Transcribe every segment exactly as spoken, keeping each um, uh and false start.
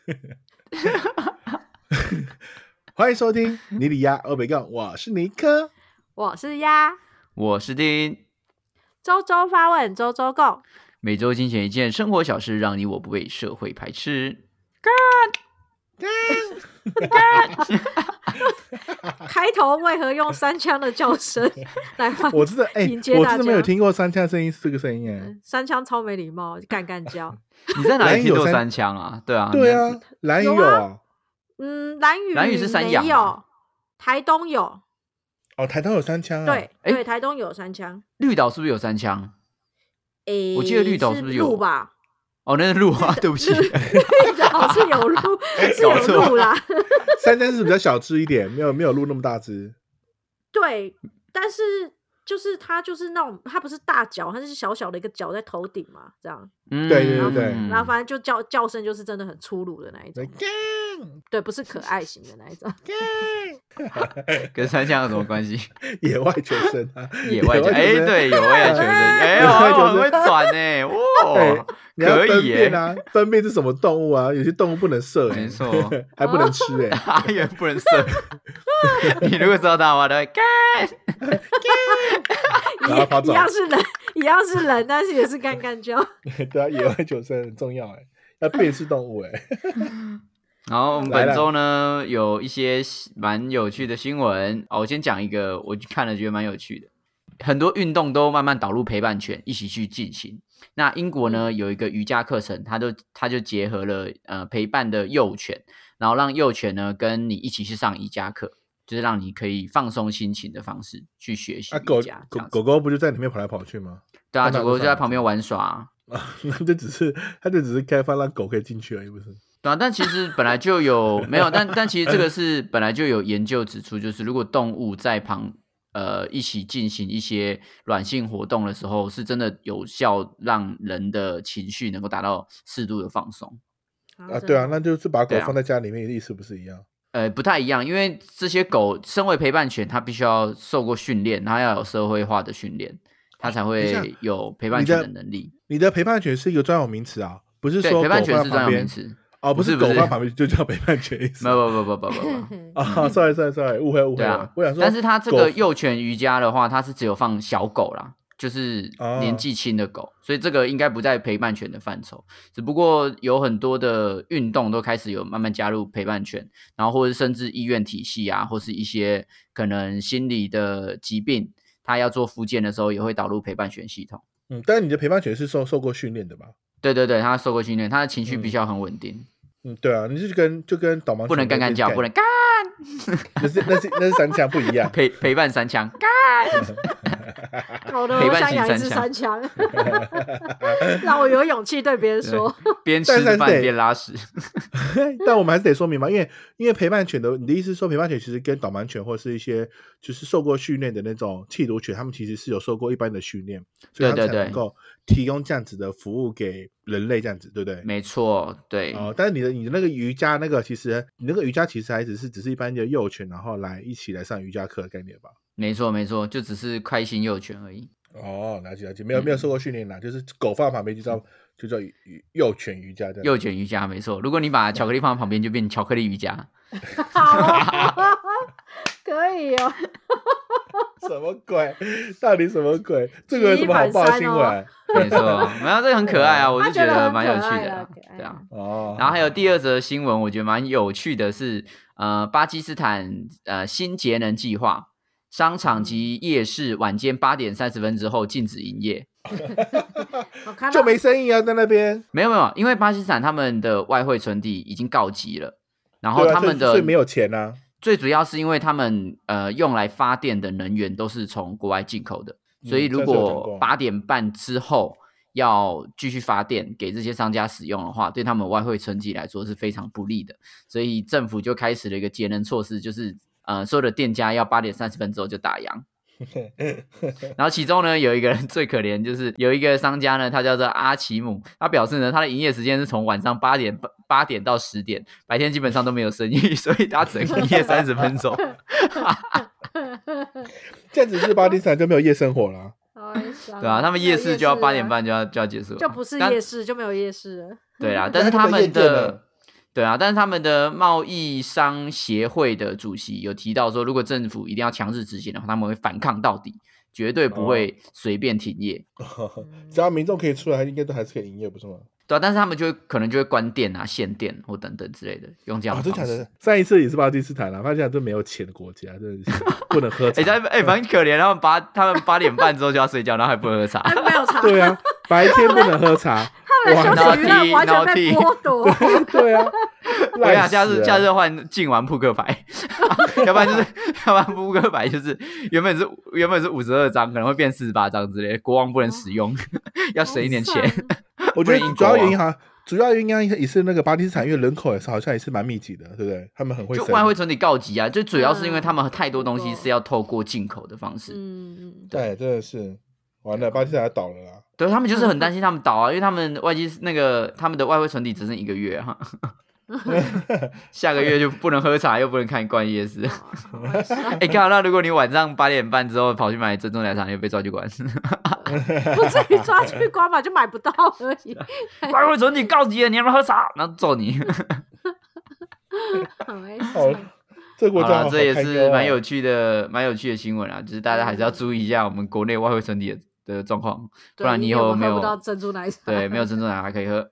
欢迎收听尼里亚欧北杠，我是尼克， 我是鸭， 我是丁。 周周发问，周周共， 每周精选一件生活小事，让你我不被社会排斥。 开头为何用三腔的叫声来欢我真的哎、 迎接大家？ 我真的没有听过三腔声音是这个声音哎。 三腔超没礼貌，干干叫。 你在哪里听蓝屿有三过三枪啊？对啊， 对啊，蓝屿有有啊啊。 嗯，兰屿兰屿是山羊没吧有，台东有， 哦，台东有三腔啊。 对诶对，台东有三腔。 绿岛是不是有三枪？ 诶， 我记得绿岛是不是有鹿吧？ 哦，那是鹿啊，对不起， 绿岛是有鹿，是有搞错鹿啦。 三腔是比较小只一点，没有没有鹿那么大只。 对，但是就是它就是那种，它不是大角，它是小小的一个角在头顶嘛，这样。 嗯对对对对然后反正就叫叫声就是真的很粗鲁的那一种，对，不是可爱型的那一种。 跟三枪有什么关系？ 野外求生啊， 野外求哎， 求生对，野外求生，哎， 野外求生我很会转呢，哇哎，你要分可以耶辨啊，分辨是什么动物啊，有些动物不能射， 没错， 还不能吃哎。 阿远不能射。你如果知道他的话，他会干。 然后跑走一样是人，一样是人，但是也是干干叫。 对啊，野外求生很重要哎，要辨识动物哎。 然后我们本周呢有一些蛮有趣的新闻哦，我先讲一个，我看了觉得蛮有趣的。很多运动都慢慢导入陪伴权，一起去进行。那英国呢有一个瑜伽课程，它就它就结合了呃陪伴的幼犬，然后让幼犬呢跟你一起去上瑜伽课，就是让你可以放松心情的方式去学习啊，狗瑜伽。 狗狗狗不就在里面跑来跑去吗？ 对啊， 那狗狗就在旁边玩耍啊。 啊，那就只是它就只是开放让狗可以进去而已，不是？ 对啊，但其实本来就有没有，但但其实这个是本来就有研究指出，就是如果动物在旁呃一起进行一些软性活动的时候，是真的有效让人的情绪能够达到适度的放松。 啊，对啊，那就是把狗对啊放在家里面的意思不是一样？ 呃，不太一样，因为这些狗身为陪伴犬，它必须要受过训练，它要有社会化的训练，它才等一下会有陪伴犬的能力。 你的陪伴犬是一个专有名词啊，不是说对，陪伴狗犬是专放在旁边有名词。 哦，不是不是不是狗放旁边就叫陪伴犬意思。 没有，不不不不不不。 啊，sorry sorry sorry，误会误会了。 对啊， 我想说， 但是它这个幼犬瑜伽的话，它是只有放小狗啦，就是哦年纪轻的狗，所以这个应该不在陪伴犬的范畴。只不过有很多的运动都开始有慢慢加入陪伴犬，然后或者甚至医院体系啊，或是一些可能心理的疾病，它要做复健的时候也会导入陪伴犬系统。 嗯，但是你的陪伴犬是受受过训练的吧？ 对对对，它受过训练，它的情绪必须要很稳定。 嗯，对啊，你是跟就跟导盲犬不能干干叫，不能干， 那是那是那是三枪不一样。 陪陪伴三枪干。 搞得我想养一只三枪，让我有勇气对别人说， 边吃饭边拉屎。 但我们还是得说明嘛，因为因为陪伴犬的，你的意思是说陪伴犬其实跟导盲犬或是一些就是受过训练的那种缉毒犬，他们其实是有受过一般的训练，所以他们才能够提供这样子的服务给人类，这样子对不对？ 没错，对。 哦，但是你的你的那个瑜伽那个，其实你那个瑜伽其实还只是只是一般的幼犬，然后来一起来上瑜伽课的概念吧？ 没错没错，就只是开心幼犬而已。 哦，了解了解，没有、嗯、没有受过训练啦，就是狗放在旁边就叫就叫幼犬瑜伽这样。 幼犬瑜伽没错，如果你把巧克力放在旁边，就变巧克力瑜伽。 可以哦。 什么鬼？到底什么鬼？这个有什么好报新闻？ 没错，没有这个很可爱啊，我就觉得蛮有趣的、啊，对啊。 哦。 然后还有第二则新闻，我觉得蛮有趣的是，呃，巴基斯坦呃新节能计划，商场及夜市晚间八点三十分之后禁止营业。 就没生意啊，在那边。 没有没有，因为巴基斯坦他们的外汇存底已经告急了，然后他们的、 啊、所以没有钱啊。 最主要是因为他们呃用来发电的能源都是从国外进口的，所以如果八点半之后要继续发电给这些商家使用的话，对他们外汇存底来说是非常不利的，所以政府就开始了一个节能措施，就是呃所有的店家要八点三十分之后就打烊。然后其中呢有一个人最可怜，就是有一个商家呢，他叫做阿奇姆，他表示呢他的营业时间是从晚上八点八点到十点，白天基本上都没有生意，所以他只能营业三十分钟。 这样子是巴基斯坦就没有夜生活了、 啊。 对啊，他们夜市就要八点半就要就要结束了， 就不是夜市就没有夜市了。 对啊，但是他们的对啊，但是他们的贸易商协会的主席有提到说，如果政府一定要强制执行的话，他们会反抗到底，绝对不会随便停业。 哦、只要民众可以出来，应该都还是可以营业，不是吗？ 对啊，但是他们就会可能就会关店啊、限店或等等之类的，用这样的方式。 哦、上一次也是巴基斯坦啦，发现这没有钱的国家，真的是不能喝茶。 哎、欸，哎，很可怜，他们八他们八点半之后就要睡觉，然后还不能喝茶， 还没有茶。 对啊，白天不能喝茶， 他们的休息娱乐完全被剥夺。 对啊， 我想下次下次换禁玩扑克牌，要不然就是要不然扑克牌就是原本是原本是五十二张，可能会变四十八张之类的，国王不能使用，要省一点钱。 我觉得主要原因哈。主要应该也是那个巴基斯坦，因为人口也是好像也是蛮密集的，对不对？他们很会就外汇存底告急啊，就主要是因为他们太多东西是要透过进口的方式。 嗯， 对，真的是完了，巴基斯坦倒了啦。 对，他们就是很担心他们倒啊，因为他们外基那个他们的外汇存底只剩一个月哈、啊。下个月就不能喝茶，又不能看逛夜市。哎、欸，看到那如果你晚上八点半之后跑去买珍珠奶茶，你会被抓去关。 不至于抓去关嘛，就买不到而已。 外汇存底告急了，你要不要喝茶？然后揍你。 好，这国家、 啊、这也是蛮有趣的、蛮有趣的新闻啊，就是大家还是要注意一下我们国内外汇存底的的状况，不然你以后没有喝不到珍珠奶茶。 对，没有珍珠奶茶可以喝。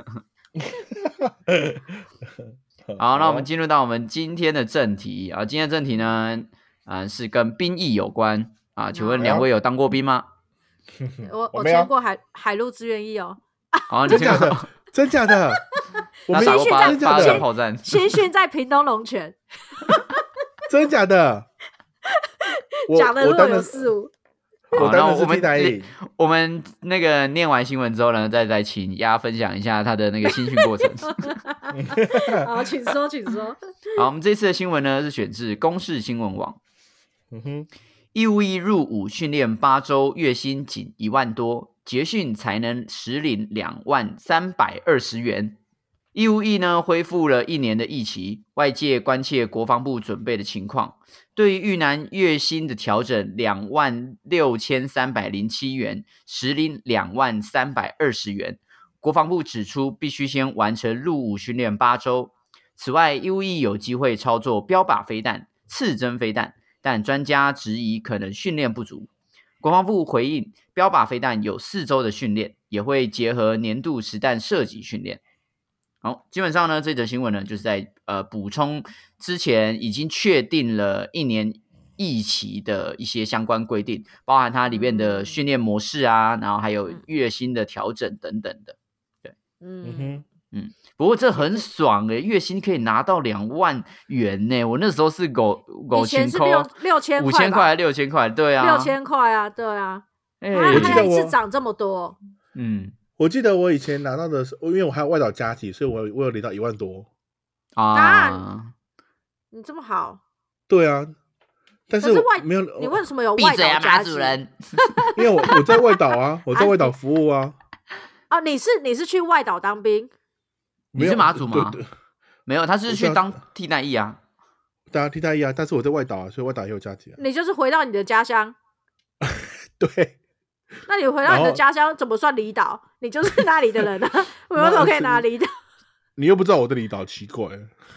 好，那我们进入到我们今天的正题啊。今天的正题呢，呃，是跟兵役有关啊。请问两位有当过兵吗？ 我我签过海海陆志愿役哦。 哦， 真假的？真假的？ 我们打过八八个炮战， 新训在屏东龙泉。 真假的？ 讲的若有似无。 我当的是替代役。 我们那个念完新闻之后呢，再再请丫分享一下他的那个新训过程。 好，请说，请说。 好，我们这次的新闻呢是选自公视新闻网。 嗯哼， 义务役入伍训练八周，月薪仅一万多，结训才能实领两万三百二十元。义务役呢恢复了一年的役期，外界关切国防部准备的情况。对于役男月薪的调整，两万六千三百零七元，实领两万三百二十元。国防部指出，必须先完成入伍训练八周。此外，义务役有机会操作标靶飞弹、刺针飞弹，但专家质疑可能训练不足。国防部回应，标靶飞弹有四周的训练，也会结合年度实弹射击训练。好，基本上呢，这则新闻呢，就是在呃补充之前已经确定了一年役期的一些相关规定，包含它里面的训练模式啊，然后还有月薪的调整等等的。对， 嗯哼， 嗯，不过这很爽诶、欸，月薪可以拿到两万元呢、欸。我那时候是狗狗群扣六千五千块还六千块，对啊， 六千块啊，对啊， 哎、 欸，我记得一次涨这么多， 嗯。 我记得我以前拿到的是，因为我还有外岛加急，所以我我有领到一万多啊。 你这么好？ 对啊，但是外没有， 你为什么有外岛加急？ 因为我我在外岛啊，我在外岛服务啊。 哦，你是你是去外岛当兵？ 你是马祖吗？ 对对没有，他是去当替代役啊。 对啊，替代役啊，但是我在外岛啊，所以外岛也有加急啊。 你就是回到你的家乡。 对。 那你回到你的家乡怎么算离岛？你就是那里的人啊，我为什么可以拿离岛？ 你又不知道我的离岛，奇怪。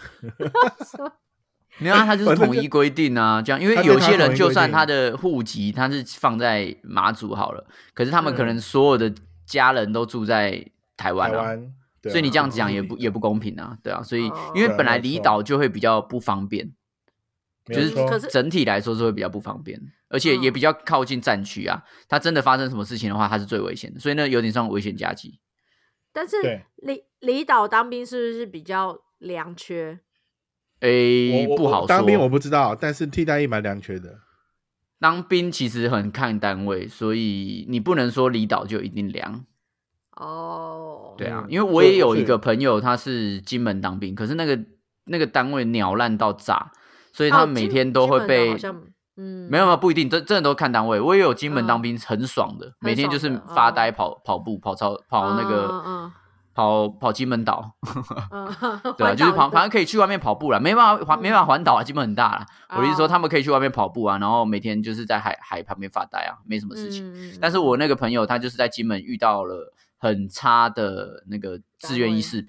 没有啊，他就是统一规定啊，这样，因为有些人就算他的户籍他是放在马祖好了，可是他们可能所有的家人都住在台湾啊， 嗯啊所以你这样讲也不也不公平啊，对啊，所以因为本来离岛就会比较不方便。就是整体来说是会比较不方便，而且也比较靠近战区啊。它真的发生什么事情的话，它是最危险的，所以呢有点像危险加急。 但是离离岛当兵是不是比较良缺？ 诶、欸，不好说。 当兵我不知道，但是替代役蛮良缺的。 当兵其实很看单位，所以你不能说离岛就一定凉。 哦， 对啊，因为我也有一个朋友，他是金门当兵，可是那个那个单位鸟烂到炸。所以他每天都会被， 哦嗯， 没有没有不一定，真真的都看单位。我也有金门当兵，很爽的，嗯、每天就是发呆跑、哦、跑步、跑操、跑那个、嗯嗯、跑跑金门岛，嗯、对啊，就是跑，反正可以去外面跑步啦，没办法环、嗯、没办法环岛啊，金门很大啦。嗯、我的意思说，他们可以去外面跑步啊，然后每天就是在海海旁边发呆啊，没什么事情。嗯、但是我那个朋友他就是在金门遇到了很差的那个志愿役士兵。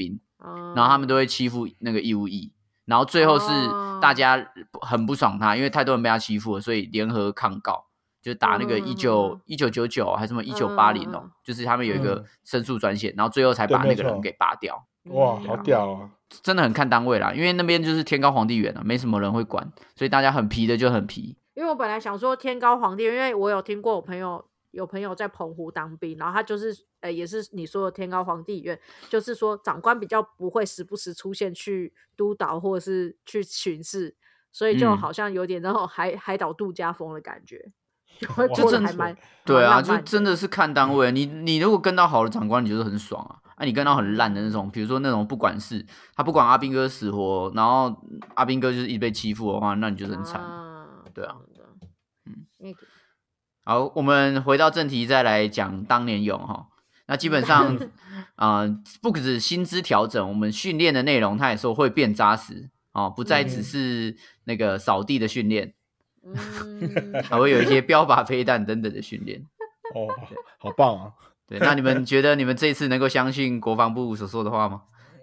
然后他们都会欺负那个义务役，然后最后是大家很不爽他，因为太多人被他欺负了，所以联合抗告，就打那个一九一九九九还是什么一九八零哦，就是他们有一个申诉专线，然后最后才把那个人给拔掉。 哇，好屌啊！ 真的很看单位啦，因为那边就是天高皇帝远啊，没什么人会管，所以大家很皮的就很皮。 因为我本来想说天高皇帝远，因为我有听过我朋友有朋友在澎湖当兵，然后他就是呃也是你说的天高皇帝远，就是说长官比较不会时不时出现去督导或者是去巡视，所以就好像有点那种海、嗯、海岛度假风的感觉，会过得还蛮对啊，就真的是看单位。你你如果跟到好的长官，你就是很爽啊。啊，你跟到很烂的那种，比如说那种不管事，他不管阿兵哥死活，然后阿兵哥就是一直被欺负的话，那你就是很惨。啊对啊，嗯，好，我们回到正题，再来讲当年勇哈。那基本上，呃，不只薪资调整，我们训练的内容，它也说会变扎实哦，不再只是那个扫地的训练，嗯，还会有一些标靶飞弹等等的训练。 哦，好棒啊！ 对，那你们觉得你们这次能够相信国防部所说的话吗？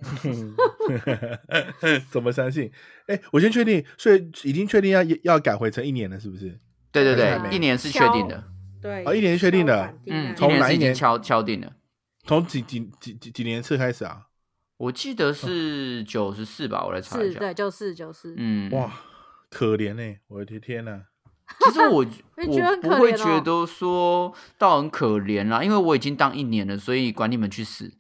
怎么相信？哎，我先确定，所以已经确定要要改回成一年了，是不是？ 对对对，一年是确定的。 对， 哦，一年是确定的。 嗯， 从哪一年敲敲定的？ 从几几几几几年次开始啊？ 我记得是九十四吧，我来查一下。 是，对，九四九四。 嗯， 哇，可怜哎、欸，我的天哪！ 其实我我不会觉得说到很可怜啦，因为我已经当一年了，所以管你们去死。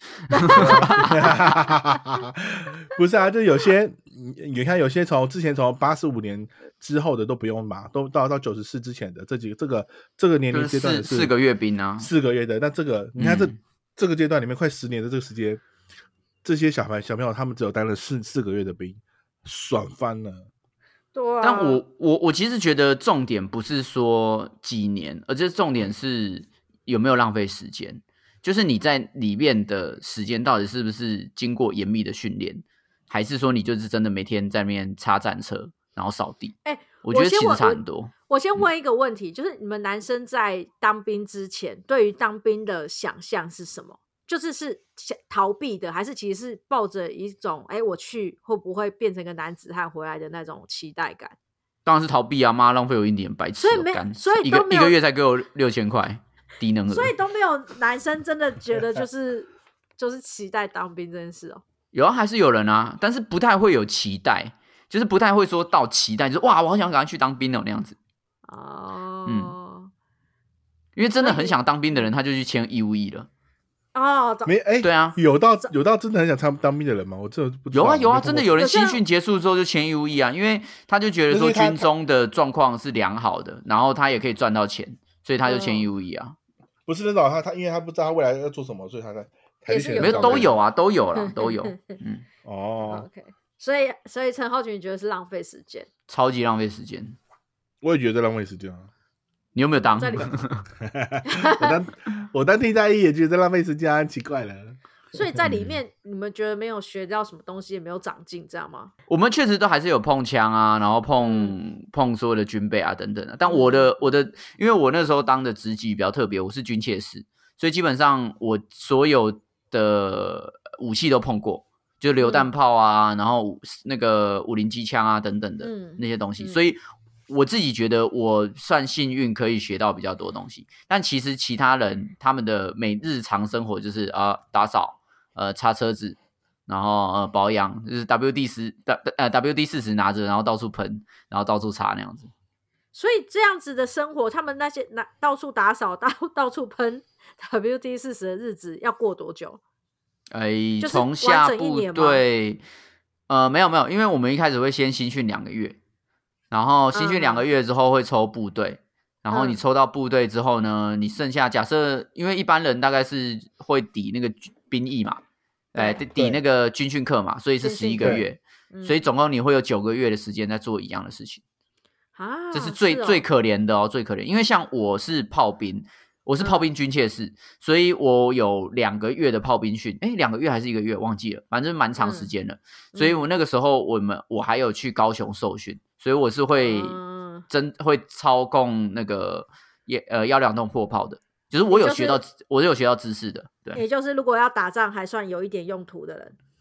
不是啊，就有些你看，有些从之前从八十五年之后的都不用嘛，都到到九十四之前的这几个这个这个年龄阶段是四个月兵啊， 四个月的。那这个你看这、嗯、这个阶段里面快十年的这个时间，这些小孩小朋友他们只有当了四四个月的兵，爽翻了。 对啊， 但我我我其实觉得重点不是说几年，而是重点是有没有浪费时间，就是你在里面的时间到底是不是经过严密的训练，还是说你就是真的每天在那边擦战车然后扫地？ 哎、欸， 我觉得其实差很多。 我, 我先问一个问题、嗯，就是你们男生在当兵之前，对于当兵的想象是什么？就是是逃避的，还是其实是抱着一种哎、欸，我去会不会变成个男子汉回来的那种期待感？ 当然是逃避啊！妈，浪费我一点白痴、喔， 所以没，所以一个一个月才给我六千块，低能儿。 所以都没有男生真的觉得就是就是期待当兵这件事哦、喔。 有啊，还是有人啊，但是不太会有期待，就是不太会说到期待，就是哇，我好想赶快去当兵哦那样子。哦，嗯，因为真的很想当兵的人，他就去签义务役了。 哦， 没哎、欸， 对啊， 有到有到真的很想当当兵的人吗？我这不知道。 有啊有啊，真的有人新训结束之后就签义务役啊，因为他就觉得说军中的状况是良好的，然后他也可以赚到钱，所以他就签义务役啊。 不是那种他他因为他不知道他未来要做什么，所以他才也是有没有都有啊，都有啦，都有。嗯， 哦 ，OK， 所以所以陈浩群你觉得是浪费时间？ 超级浪费时间。 我也觉得浪费时间啊。 你有没有当？ 我当我当替代役也觉得浪费时间，奇怪了。 所以在里面，你们觉得没有学到什么东西，也没有长进，这样吗？ 我们确实都还是有碰枪啊，然后碰、嗯、碰所有的军备啊等等的。但我的我的，因为我那时候当的职级比较特别，我是军械士，所以基本上我所有的武器都碰过，就榴弹炮啊，嗯、然后那个五零机枪啊等等的、嗯、那些东西，嗯、所以。我自己觉得我算幸运，可以学到比较多东西。但其实其他人他们的每日常生活就是啊、呃、打扫、呃擦车子，然后呃保养，就是 W D 十呃 W D 四十拿着，然后到处喷，然后到处擦那样子。 所以这样子的生活，他们那些拿到处打扫、到到处喷 W D 四十的日子要过多久？ 哎，从下部队呃没有没有，因为我们一开始会先新训两个月。然后新训两个月之后会抽部队、嗯，然后你抽到部队之后呢，你剩下假设，因为一般人大概是会抵那个兵役嘛，哎，抵那个军训课嘛，所以是十一个月、嗯，所以总共你会有九个月的时间在做一样的事情啊，这是最是、哦、最可怜的哦，最可怜，因为像我是炮兵，我是炮兵军械士、嗯，所以我有两个月的炮兵训，哎，两个月还是一个月忘记了，反正蛮长时间了、嗯，所以我那个时候我们我还有去高雄受训。所以我是会真、嗯、会操控那个呃幺两洞破炮的，就是我有学到、就是、我有学到知识的，对， 也就是如果要打仗还算有一点用途的人，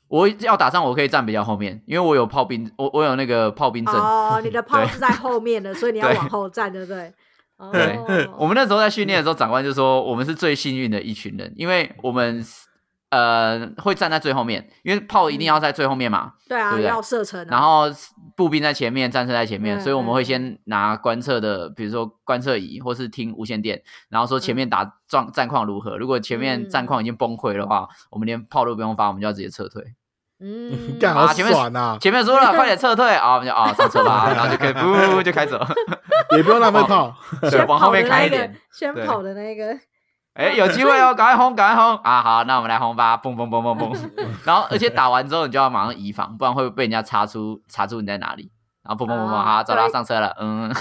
我要打仗我可以站比较后面，因为我有炮兵，我我有那个炮兵阵。 哦，你的炮是在后面的，所以你要往后站，对不对？ 对， 哦、 我们那时候在训练的时候，长官就说我们是最幸运的一群人，因为我们呃会站在最后面，因为炮一定要在最后面嘛。嗯、 对啊， 对不对？ 要射程、啊。 然后步兵在前面，战车在前面，所以我们会先拿观测的，比如说观测仪，或是听无线电，然后说前面打战战况如何。如果前面战况已经崩溃的话，嗯、我们连炮都不用发，我们就要直接撤退。 嗯，干好爽啊！ 前面说了，快点撤退啊！我们就啊上车吧，然后就可以噗就开走， 也不用浪费炮， 对，往后面开一点， 先跑的那个。 哎、欸，有机会哦，赶快轰，赶快轰啊！好，那我们来轰吧，嘣嘣嘣嘣嘣。然后，而且打完之后，你就要马上移防，不然会被人家查出查出你在哪里。然后，嘣嘣嘣嘣，好，走了，上车了，嗯。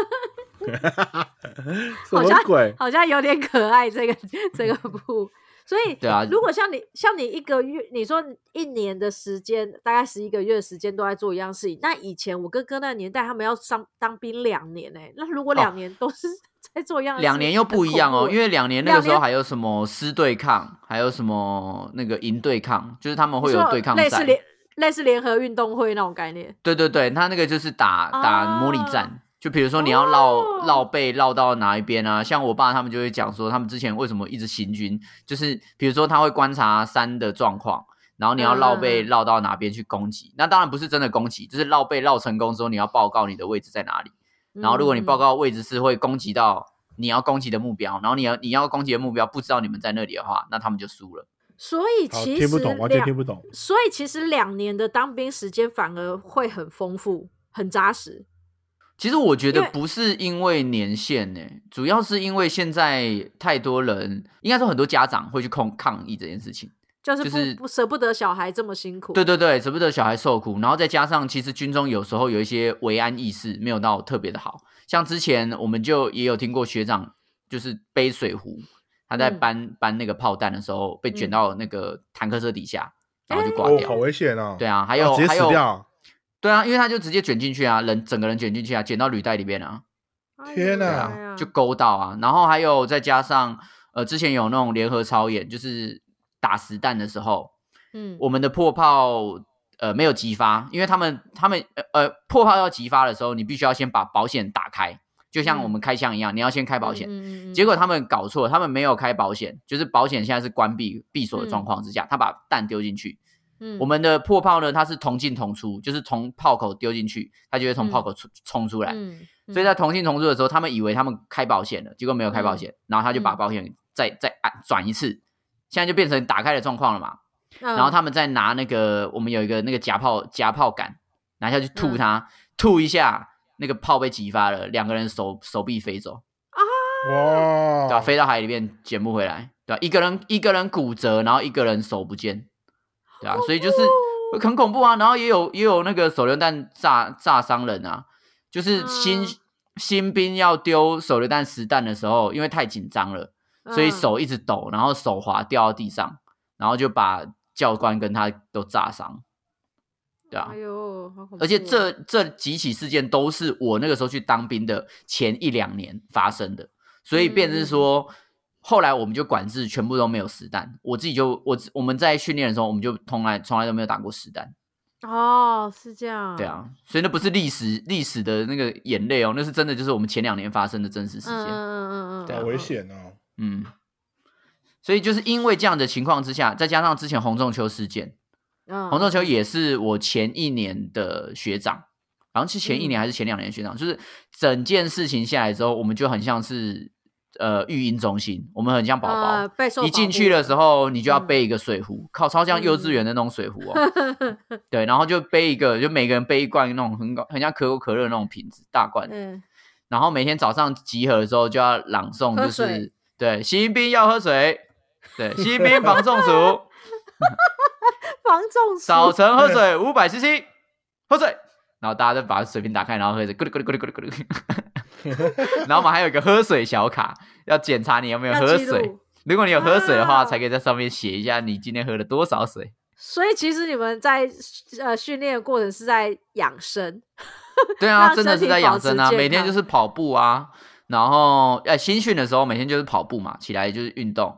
什么鬼？ 好像好像有点可爱，这个这个部。所以， 对啊， 如果像你像你一个月，你说一年的时间，大概十一个月的时间都在做一样事情。那以前我哥哥那个年代，他们要上当兵两年哎、欸，那如果两年都是在做一样的事情， 两、哦、年又不一样哦，因为两年那个时候还有什么师对抗，还有什么那个营对抗，就是他们会有对抗赛， 类似联类似联合运动会那种概念。 对对对，他那个就是打打模拟战。啊，就比如说你要绕绕背绕到哪一边啊？像我爸他们就会讲说，他们之前为什么一直行军，就是比如说他会观察山的状况，然后你要绕背绕到哪边去攻击。嗯、那当然不是真的攻击，就是绕背绕成功之后，你要报告你的位置在哪里。然后如果你报告位置是会攻击到你要攻击的目标，然后你要你要攻击的目标不知道你们在那里的话，那他们就输了。 所以其实听不懂，完全听不懂。 所以其实两年的当兵时间反而会很丰富，很扎实。 其实我觉得不是因为年限呢、欸，主要是因为现在太多人，应该说很多家长会去抗抗议这件事情， 就是不、 就是不舍不得小孩这么辛苦。 对对对，舍不得小孩受苦，然后再加上其实军中有时候有一些维安意识没有到特别的好，像之前我们就也有听过学长就是背水壶，他在搬、嗯、搬那个炮弹的时候被卷到那个坦克车底下，嗯、然后就挂掉、 哦，好危险哦。 对啊，还有、 哦、直接死掉。 对啊，因为他就直接卷进去啊，人整个人卷进去啊，卷到履带里边啊。 天哪、 啊，就勾到啊。然后还有再加上呃，之前有那种联合操演，就是打实弹的时候，嗯，我们的破炮呃没有击发，因为他们他们呃破炮要击发的时候，你必须要先把保险打开，就像我们开枪一样，嗯、你要先开保险。嗯嗯嗯、结果他们搞错，他们没有开保险，就是保险现在是关闭闭锁的状况之下，嗯、他把弹丢进去。嗯、我们的破炮呢，它是同进同出，就是从炮口丢进去，它就会从炮口冲出来。嗯嗯、所以在同进同出的时候，他们以为他们开保险了，结果没有开保险，嗯、然后他就把保险再再转一次，现在就变成打开的状况了嘛。嗯、然后他们再拿那个，我们有一个那个夹炮夹炮杆，拿下去吐它，嗯、吐一下，那个炮被击发了，两个人手手臂飞走啊，哇，对吧、啊？飞到海里面捡不回来，对吧、啊？一个人一个人骨折，然后一个人手不见。对啊，所以就是很恐怖啊，然后也有也有那个手榴弹炸炸伤人啊，就是新、嗯、新兵要丢手榴弹实弹的时候，因为太紧张了，所以手一直抖，然后手滑掉到地上，然后就把教官跟他都炸伤，对啊，哎呦，好恐怖！而且这这几起事件都是我那个时候去当兵的前一两年发生的，所以变成是说。嗯后来我们就管制全部都没有实弹，我自己就我我们在训练的时候，我们就从来从来都没有打过实弹。 哦，是这样。 对啊，所以那不是历史历史的那个眼泪哦，那是真的就是我们前两年发生的真实事件。嗯嗯嗯嗯， 好危险哦。 嗯，所以就是因为这样的情况之下，再加上之前洪仲丘事件，嗯、洪仲丘也是我前一年的学长，好像是前一年还是前两年的学长，嗯、就是整件事情下来之后，我们就很像是。呃，育婴中心，我们很像宝宝、呃，一进去的时候，你就要背一个水壶，嗯、靠，超像幼稚园的那种水壶哦。嗯、对，然后就背一个，就每个人背一罐那种很很像可口可乐那种瓶子，大罐。嗯。然后每天早上集合的时候就要朗诵，就是对新兵要喝水，对新兵防中暑， 防中暑。 早晨喝水五百 C C， 喝水，然后大家就把水瓶打开，然后喝水，咕噜咕噜咕噜咕噜咕噜。然后我们还有一个喝水小卡，要检查你有没有喝水。如果你有喝水的话，啊、才可以在上面写一下你今天喝了多少水。 所以其实你们在呃训练的过程是在养生。 对啊，真的是在养生啊，每天就是跑步啊，然后呃新训的时候每天就是跑步嘛，起来就是运动，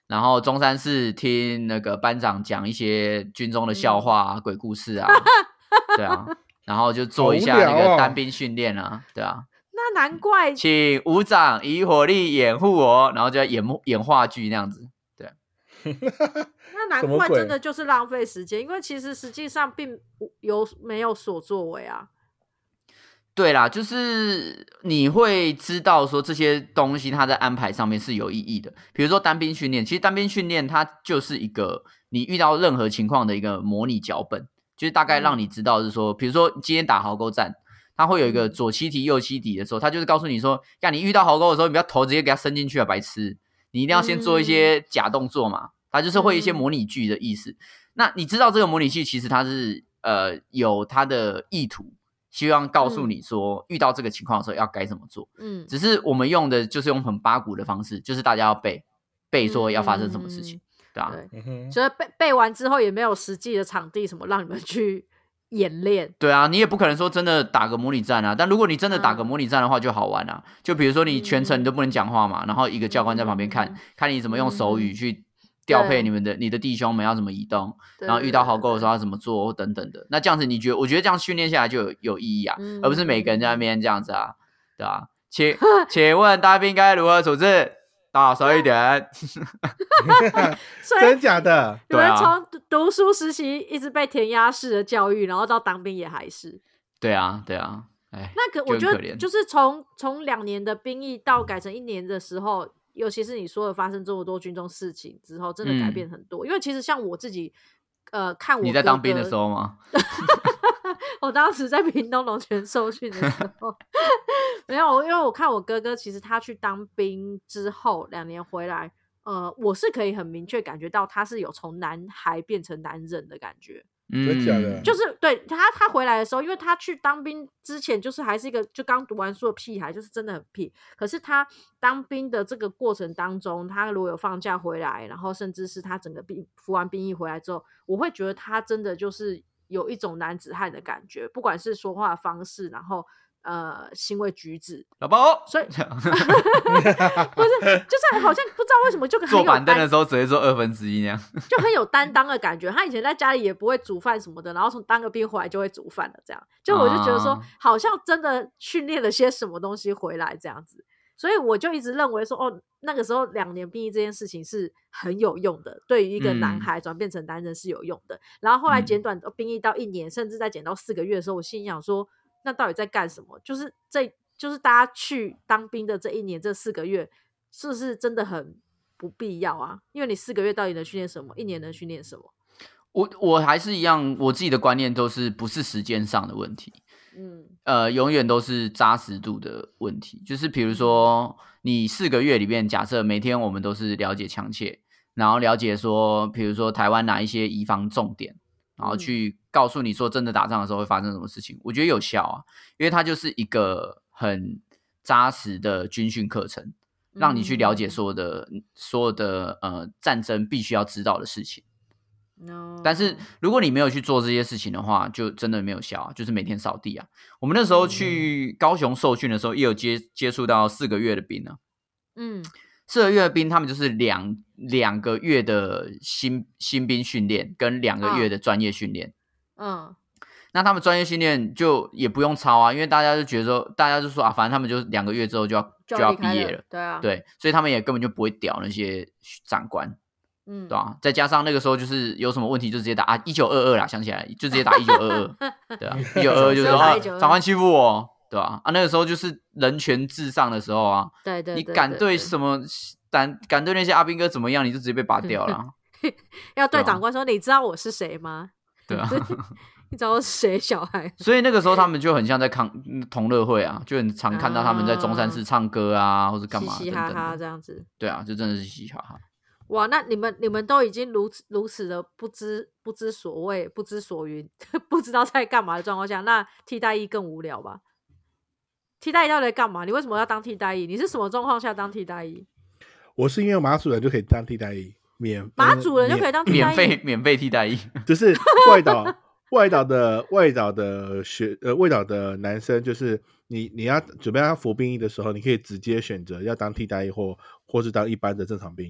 然后中山市听那个班长讲一些军中的笑话啊、嗯、鬼故事啊，对啊，然后就做一下那个单兵训练啊，对啊。 那难怪， 请伍长以火力掩护我，然后就要演演话剧那样子，对。 那难怪真的就是浪费时间，因为其实实际上并有没有所作为啊。 对啦，就是你会知道说这些东西它在安排上面是有意义的，比如说单兵训练，其实单兵训练它就是一个你遇到任何情况的一个模拟脚本，就是大概让你知道是说，比如说今天打壕沟战，它会有一个左七题右七题的时候，它就是告诉你说，干你遇到壕沟的时候，你不要头直接给它伸进去啊，白痴，你一定要先做一些假动作嘛，它就是会一些模拟句的意思。那你知道这个模拟句其实它是呃有它的意图。希望告诉你说、嗯、遇到这个情况的时候要该怎么做，嗯，只是我们用的就是用很八股的方式，就是大家要背背说要发生什么事情，嗯、对吧、啊？ 对，所以背背完之后也没有实际的场地什么让你们去演练。 对啊，你也不可能说真的打个模拟战啊，但如果你真的打个模拟战的话就好玩啊，嗯、就比如说你全程你都不能讲话嘛，然后一个教官在旁边看、嗯、看你怎么用手语去调配你们的你的弟兄们要怎么移动，然后遇到壕沟的时候要怎么做等等的。那这样子你觉得我觉得这样训练下来就有有意义啊、嗯、而不是每个人在那边这样子啊，对吧、啊？请请问大兵该如何处置？大声一点。 真假的？ 你们从读书时期一直被填鸭式的教育，然后到当兵也还是。 对啊对啊，哎， 那个我觉得就是从从两年的兵役到改成一年的时候，尤其是你说的发生这么多军中事情之后，真的改变很多、嗯、因为其实像我自己呃，看我哥哥， 你在当兵的时候吗？ 我当时在屏东龙泉受训的时候没有，因为我看我哥哥其实他去当兵之后两年回来，呃，我是可以很明确感觉到他是有从男孩变成男人的感觉。 真的假的？ 就是对他，他回来的时候，因为他去当兵之前，就是还是一个就刚读完书的屁孩，就是真的很屁。可是他当兵的这个过程当中，他如果有放假回来，然后甚至是他整个兵服完兵役回来之后，我会觉得他真的就是有一种男子汉的感觉，不管是说话的方式，然后呃行为举止， 老包， 所以不是就是好像不知道为什么就很有坐板凳的时候只会做二分之一那样， 就很有担当的感觉。他以前在家里也不会煮饭什么的，然后从当个兵回来就会煮饭了，这样就我就觉得说、啊、好像真的训练了些什么东西回来这样子。所以我就一直认为说哦，那个时候两年兵役这件事情是很有用的，对于一个男孩转变成男人是有用的、嗯、然后后来减短兵役到一年、嗯、甚至再减到四个月的时候，我心里想说那到底在干什么？就是这就是大家去当兵的这一年这四个月是不是真的很不必要啊？因为你四个月到底能训练什么，一年能训练什么？ 我我还是一样，我自己的观念都是不是时间上的问题，嗯，呃，永远都是扎实度的问题。就是比如说你四个月里面，假设每天我们都是了解枪械，然后了解说比如说台湾哪一些移防重点，然后去告诉你说真的打仗的时候会发生什么事情，我觉得有效啊，因为它就是一个很扎实的军训课程，让你去了解所有的、嗯、所有的呃战争必须要知道的事情。No. 但是如果你没有去做这些事情的话，就真的没有效啊，就是每天扫地啊。我们那时候去高雄受训的时候，也有接接触到四个月的兵啊。嗯，四个月的兵，他们就是两两个月的新新兵训练，跟两个月的专业训练。嗯、uh. ，那他们专业训练就也不用操啊，因为大家就觉得说，大家就说啊，反正他们就两个月之后就要就要毕业了， 对啊， 对，所以他们也根本就不会屌那些长官。嗯，对啊，再加上那个时候就是有什么问题就直接打啊一九二二啦，想起来就直接打一九二二，对啊，一九二二就是说啊长官欺负我，对吧、啊？啊那个时候就是人权至上的时候啊， 对 对, 对, 对, 对， 你敢对什么敢敢对那些阿兵哥怎么样，你就直接被拔掉了、啊。 要对长官说、啊、你知道我是谁吗？ 对啊， 你知道我是谁小孩？ 所以那个时候他们就很像在抗同乐会啊，就很常看到他们在中山市唱歌啊，或者干嘛嘻嘻哈哈这样子。 对啊，就真的是嘻嘻哈哈。 哇，那你们你们都已经如此如此的不知不知所谓、不知所云，不知道在干嘛的状况下，那替代役更无聊吧？替代役到底在干嘛？你为什么要当替代役？你是什么状况下当替代役？ 我是因为马祖人就可以当替代役，免马祖人就可以当替代役， 免费免费替代役， 就是外岛外岛的外岛的学呃外岛的男生，就是你你要准备要服兵役的时候，你可以直接选择要当替代役或或是当一般的正常兵。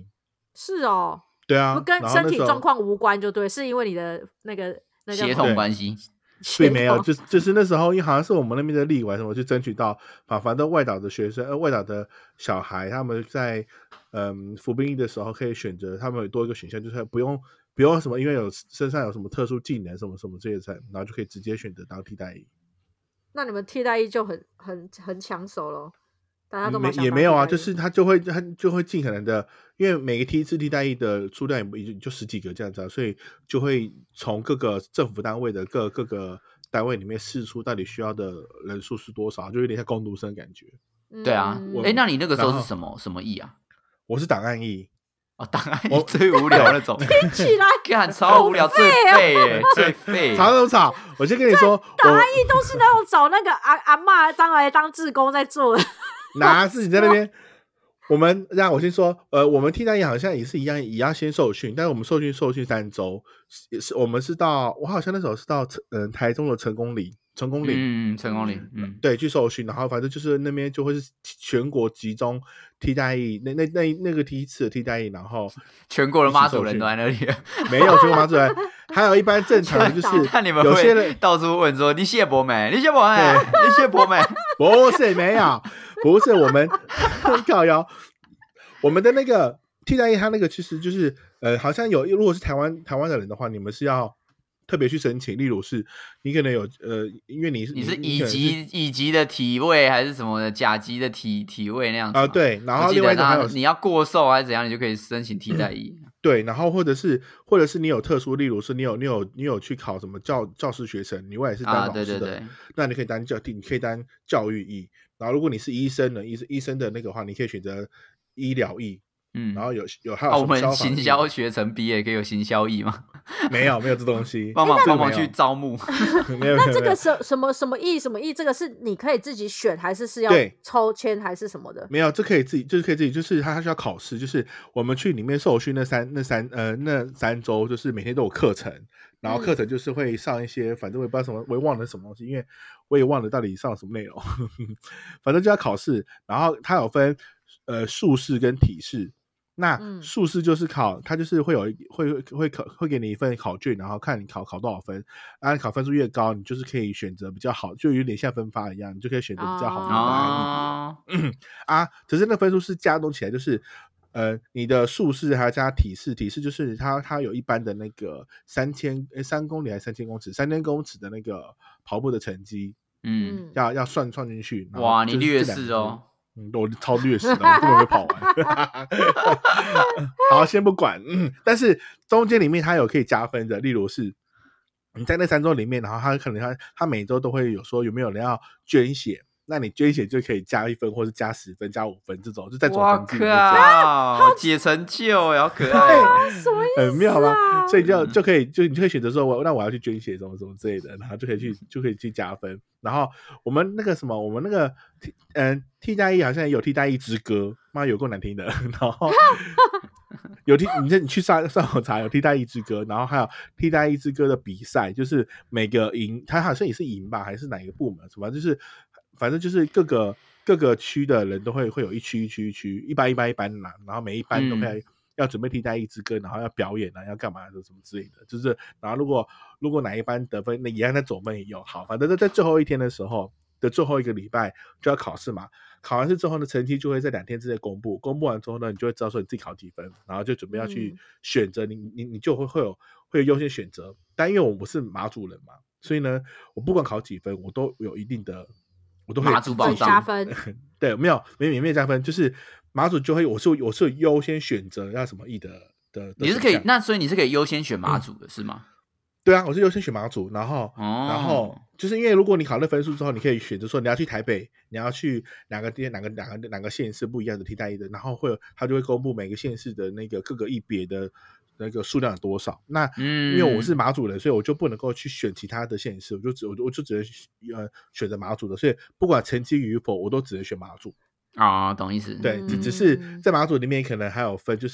是哦， 对啊， 不跟身体状况无关就对，是因为你的那个那协同关系。 并没有，就就是那时候，因为好像是我们那边的立委什么去争取到，把反正外岛的学生、呃外岛的小孩，他们在嗯服兵役的时候可以选择，他们有多一个选项，就是不用不用什么，因为有身上有什么特殊技能什么什么这些才，然后就可以直接选择当替代役。 那你们替代役就很很很抢手咯，大家都没也没有啊，就是他就会他就会尽可能的，因为每个梯次替代役的数量也就十几个这样子、啊，所以就会从各个政府单位的各各个单位里面释出到底需要的人数是多少，就有点像工读生感觉。 对啊，哎、嗯，那你那个时候是什么什么役啊？ 我是档案役。 哦，档案役最无聊那种， 听起来干超无聊，最废耶，最废。 吵什么吵？我先跟你说， 档案役都是那种找那个阿阿嬷当来当志工在做的。 哪是你在那边？我们让我先说，呃，我们替代役好像也是一样，也要先受训，但是我们受训受训三周，也是我们是到我好像那时候是到嗯、呃、台中的成功岭，成功岭， 嗯，成功岭，嗯， 对，去受训，然后反正就是那边就会是全国集中替代役，那那那那个第一次的替代役，然后全国的妈祖人都在那里， 没有全国妈祖人，还有一般正常的就是看你们有些人到处问说你谢伯没？你谢伯没？你谢伯没？ 不是没有。不是我们靠腰，我们的那个替代役，他那个其实就是呃，好像有，如果是台湾台湾的人的话，你们是要特别去申请，例如是你可能有呃，因为你是你是乙级乙级的体位还是什么的甲级的体体位那样子啊、 呃？对，然后另外一种还有你要过瘦还是怎样，你就可以申请替代役。 嗯对，然后或者是或者是你有特殊，例如是你有你有你有去考什么教教师学程，你未来是当老师的，啊、对对对，那你可以当教你可以当教育役。然后如果你是医生呢，医生医生的那个话，你可以选择医疗役。嗯，然后有有还有、 啊、我们行销学程毕业可以有行销役吗？ 没有没有这东西， 帮忙帮忙去招募。 那这个什什么什么役什么役，这个是你可以自己选，还是是要抽签还是什么的？ 没有，这可以自己，就是可以自己，就是他他需要考试，就是我们去里面受训那三那三呃那三周，就是每天都有课程，然后课程就是会上一些，嗯、反正我也不知道什么，我也忘了什么东西，因为我也忘了到底上了什么内容，反正就要考试，然后它有分呃术试跟体试。那术试就是考，它就是会有会会考会给你一份考卷，然后看你考考多少分，啊，你考分数越高，你就是可以选择比较好，就有点像分发一样，你就可以选择比较好的哦啊。可是那分数是加总起来，就是呃你的术试还要加体试，体试就是它它有一般的那个三千三公里还是三千公尺，三千公尺的那个跑步的成绩，嗯，要要算算进去。 哇，你劣势哦。 嗯，我超劣势的，我根本没跑完。好，先不管。嗯，但是中间里面它有可以加分的，例如是你在那三周里面，然后他可能他他每周都会有说有没有人要捐血，那你捐血就可以加一分，或是加十分、加五分这种，就在总成绩里面哇，解成就，好可爱， 什么意思、啊？ 很妙吧？所以就就可以就你就可以选择说，我那我要去捐血什么什么之类的，然后就可以去就可以去加分。然后我们那个什么，我们那个嗯替代役好像也有替代役之歌，妈有够难听的。然后有替你你去上上网查有替代役之歌，然后还有替代役之歌的比赛，就是每个营，它好像也是营吧，还是哪一个部门什么，就是反正就是各个各个区的人都会会有一区一区一区，一班一班一班拿，然后每一班都会。嗯要准备替代役之歌，然后要表演啊，要干嘛的什么之类的，就是然后如果如果哪一班得分，那一样在总分也有好，反正在最后一天的时候的最后一个礼拜就要考试嘛，考完试之后呢，成绩就会在两天之内公布，公布完之后呢，你就会知道说你自己考几分，然后就准备要去选择、嗯、你你你就会会有会有优先选择，但因为我不是马祖人嘛，所以呢，我不管考几分，我都有一定的，我都可以马祖保障加分， 对，没有没没没加分，就是马祖就会我是我是优先选择要什么役的的， 你是可以那所以你是可以优先选马祖的、嗯、是吗？ 对啊，我是优先选马祖，然后、哦、然后就是因为如果你考了分数之后，你可以选择说你要去台北，你要去哪个地哪个哪个哪个县市不一样的替代役的，然后会有他就会公布每个县市的那个各个役别的那个数量有多少。那、嗯、因为我是马祖人，所以我就不能够去选其他的县市，我就只我就我就只能呃选择马祖的，所以不管成绩与否，我都只能选马祖。 啊、哦，懂意思。 对，只只是在马祖里面可能还有分，就是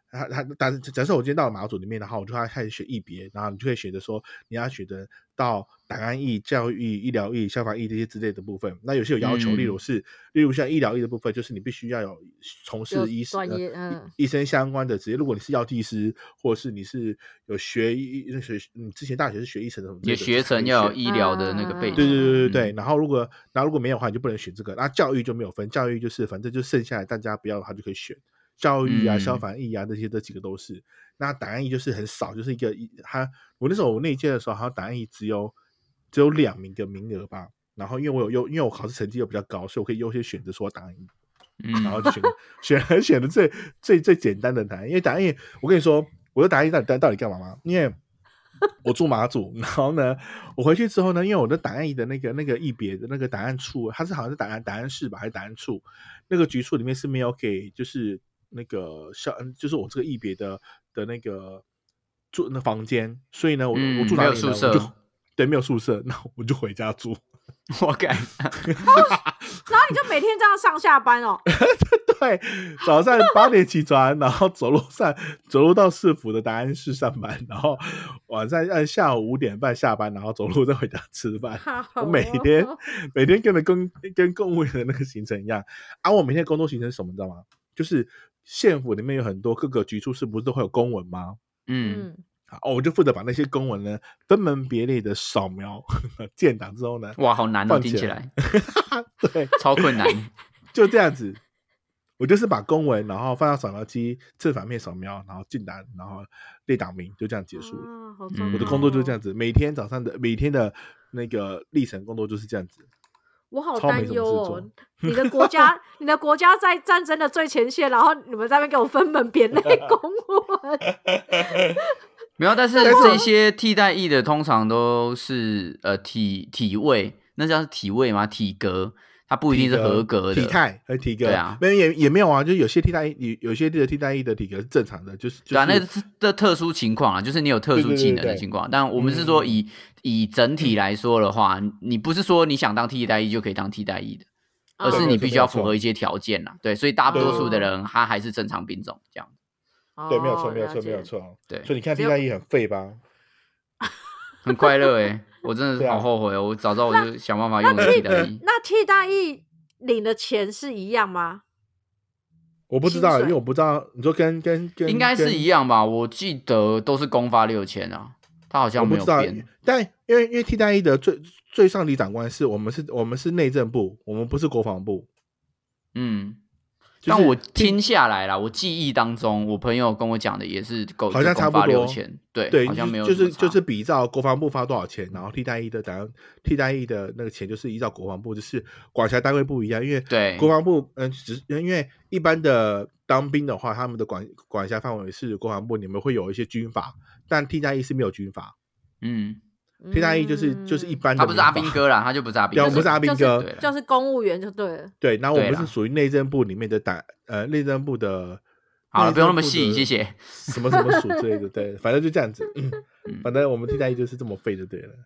他他但是假设我今天到了马祖里面，然后我就要开始学役别，然后你就可以选择说你要选择到档案役、教育役、医疗役、消防役这些之类的部分。那有些有要求， 嗯、 例如是例如像医疗役的部分，就是你必须要有从事医生、呃嗯、 医生相关的职业。如果你是药剂师，或者是你是有学医学，你之前大学是学医生的什么， 也学成要有医疗的那个背景。 对对对对对。嗯、然后如果然后如果没有的话，你就不能选这个。那教育就没有分，教育就是反正就剩下来大家不要的话就可以选。教育啊、消防役啊，这些这几个都是。那档案役就是很少，就是一个他我那时候我那一届的时候，好像档案役只有只有两名的名额吧。然后因为我有优，因为我考试成绩又比较高，所以我可以优先选择说档案役，嗯、然后就选选选的最最最简单的档案。因为档案役，我跟你说，我的档案役到底到底干嘛吗？因为我住马祖，然后呢，我回去之后呢，因为我的档案役的那个那个役别的那个档案处，它是好像是档案档案室吧，还是档案处？那个局处里面是没有给就是。那个校就是我这个役别的的那个住那房间，所以呢，我、嗯、我住哪里呢？ 没有宿舍， 我就对，没有宿舍，那我就回家住。 我干， 然后你就每天这样上下班哦。 对，早上八点起床，然后走路上走路到市府的档案室上班，然后晚上按下午五点半下班，然后走路再回家吃饭。我每天每天跟着公跟公务员的那个行程一样。啊，我每天工作行程是什么，你知道吗？就是县府里面有很多各个局处，是不是都会有公文吗？ 嗯， 好，我就负责把那些公文呢分门别类的扫描建档之后呢， 哇，好难哦，听起来， 对， 超困难。 就这样子，我就是把公文然后放到扫描机正反面扫描，然后进档，然后列档名，就这样结束了。 啊好嗯、我的工作就是这样子，每天早上的每天的那个历程工作就是这样子。 我好担忧哦！你的国家，你的国家在战争的最前线，然后你们在那边给我分门别类公文。 没有，但是这些替代役的通常都是呃体体位，那叫体位吗？体格，它不一定是合格的。 体态和体格， 对啊， 没有也也没有啊，就是有些替代役，有些的替代役的体格是正常的，就是、就是、 对啊，那是的特殊情况啊，就是你有特殊技能的情况。对对对对，但我们是说以、嗯、以整体来说的话，你不是说你想当替代役就可以当替代役的，而是你必须要符合一些条件啦。对，所以大多数的人他还是正常兵种这样。 对，没有错，没有错，没有错。 对， 所以你看替代役很废吧？ 很快乐哎、欸，我真的是好后悔哦！我早知道我就想办法用替代役。 那替代役领的钱是一样吗？ 我不知道，因为我不知道。你说跟跟跟应该是一样吧？我记得都是公发六千啊，他好像没有变。 但因为因为替代役的最最上级长官是我们是我们是内政部，我们不是国防部。 嗯。但我听下来啦，我记忆当中，我朋友跟我讲的也是够， 好像差不多六千，对对， 好像没有就是就是比照国防部发多少钱，然后替代役的当替代役的那个钱就是依照国防部，就是管辖单位不一样，因为对国防部嗯，只因为一般的当兵的话，他们的管管辖范围是国防部，你们会有一些军法，但替代役是没有军法， 嗯。 替代役就是就是一般的， 他不是阿兵哥啦，他就不是阿兵哥， 对，我们是阿兵哥， 就是、就是公务员就对了。 对，然后我们是属于内政部里面的党，呃，内政部的。 好了，不用那么细，谢谢。 什么什么属之类的，对，反正就这样子。嗯，反正我们替代役就是这么废就对了。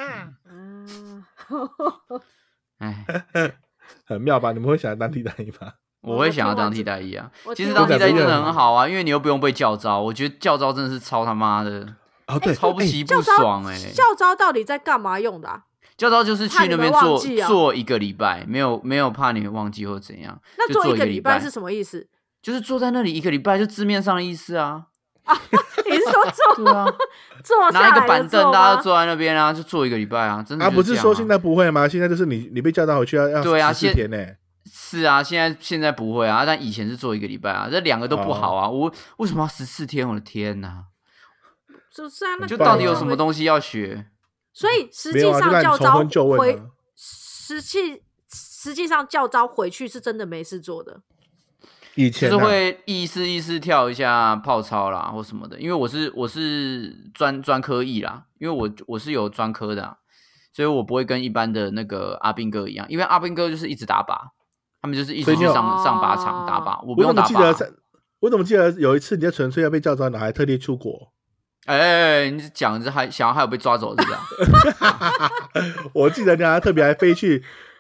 哎， 很妙吧？你们会想要当替代役吗？ 我会想要当替代役啊。其实当替代役真的很好啊，因为你又不用被教召。我觉得教召真的是超他妈的。 哦，对， 超不习不爽哎、欸！ 教召到底在干嘛用的、啊？ 教召就是去那边做、啊、做一个礼拜，没有没有怕你们忘记或怎样。 那做一个礼拜是什么意思？ 就是坐在那里一个礼拜，就字面上的意思啊。 啊，你是说坐？ 对啊， 坐拿一个板凳，大家都坐在那边啊，就坐一个礼拜啊，真的、啊。 啊，不是说现在不会吗？现在就是你你被叫到回去要要对啊， 十四天呢、欸。 是啊，现在现在不会啊，但以前是做一个礼拜啊，这两个都不好啊。哦、我为什么要十四天？我的天哪！ 就是啊，那就到底有什么东西要学？ 所以实际上教招回， 啊、 实际实际上教招回去是真的没事做的。 以前、啊、 就是会意思意思跳一下泡操啦或什么的，因为我是我是专专科役啦，因为我我是有专科的、啊，所以我不会跟一般的那个阿兵哥一样，因为阿兵哥就是一直打靶，他们就是一直去上上靶场打靶，我不用打靶。 我怎么记得有一次你在纯粹要被教招，还特地出国？ 哎、欸，你讲这还想要还有被抓走是不是、啊？ 我记得你还特别还飞去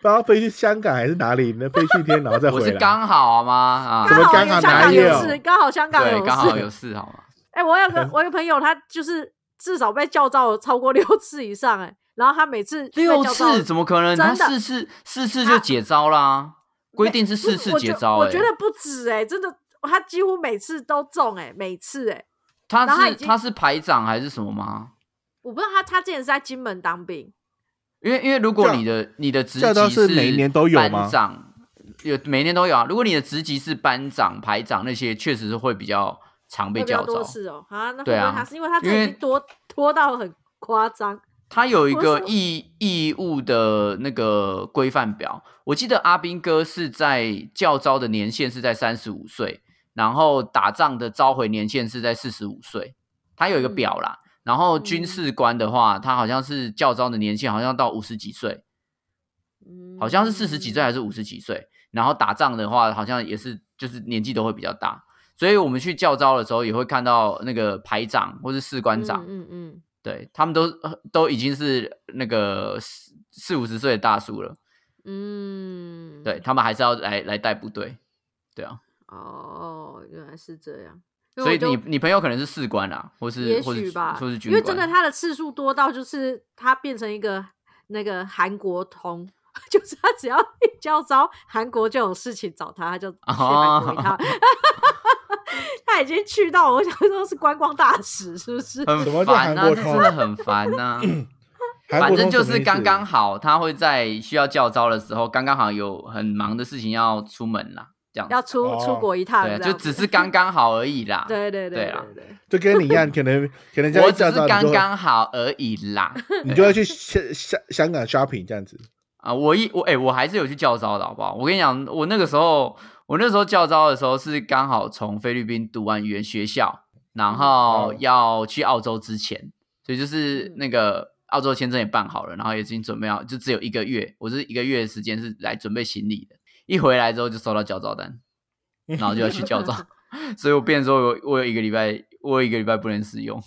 不知道飞去香港还是哪里，那飞去天然后再回来。 我是刚好吗？啊， 怎么刚好哪有事？刚好香港有事， 对，刚好有事好吗？ 哎、欸，我有个我有个朋友，他就是至少被教召了超过六次以上、欸，哎，然后他每次六次怎么可能？他四次四次就解招啦，规定是四次解招、欸。 我觉得不止哎、欸，真的，他几乎每次都中哎、欸，每次哎、欸。 他是他是排长还是什么吗？ 我不知道他他之前是在金门当兵。 因为因为如果你的你的职级是每年都有吗？ 班长有每年都有啊。如果你的职级是班长、排长那些，确实是会比较常被叫召。 是哦，啊，那会不对啊， 会他是因为他这已经多拖到很夸张？ 他有一个义义务的那个规范表，我记得阿兵哥是在教召的年限是在三十五岁，然后打仗的召回年限是在四十五岁，他有一个表啦。嗯，然后军事官的话，他好像是教召的年限好像到五十几岁，好像是四十几岁还是五十几岁。然后打仗的话，好像也是就是年纪都会比较大，所以我们去教召的时候也会看到那个排长或是士官长， 嗯嗯嗯， 对，他们都都已经是那个四五十岁的大叔了，嗯，对，他们还是要来来带部队，对啊， 哦，原来是这样。 所以你你朋友可能是士官啊，或是也许吧， 或是军官， 因为真的他的次数多到就是他变成一个那个韩国通，就是他只要一教召，韩国就有事情找他，他就去韩国一趟。哦、他已经去到我想说是观光大使，是不是？ 很烦啊，这真的很烦啊。反正就是刚刚好，他会在需要教召的时候，刚刚好有很忙的事情要出门啦。这样要出、哦、出国一趟， 对，就只是刚刚好而已啦。 对对对对啦， 就跟你一样，可能可能我只是刚刚好而已啦。 你就会去香香港 shopping 这样子啊？我一我哎、欸，我还是有去教召的，好不好？我跟你讲，我那个时候，我那时候教召的时候是刚好从菲律宾读完语言学校，然后要去澳洲之前，所以就是那个澳洲签证也办好了，然后也已经准备好，就只有一个月，我是一个月的时间是来准备行李的。一回来之后就收到教召单，然后就要去教召，所以我变成说我我有一个礼拜，我有一个礼拜不能使用。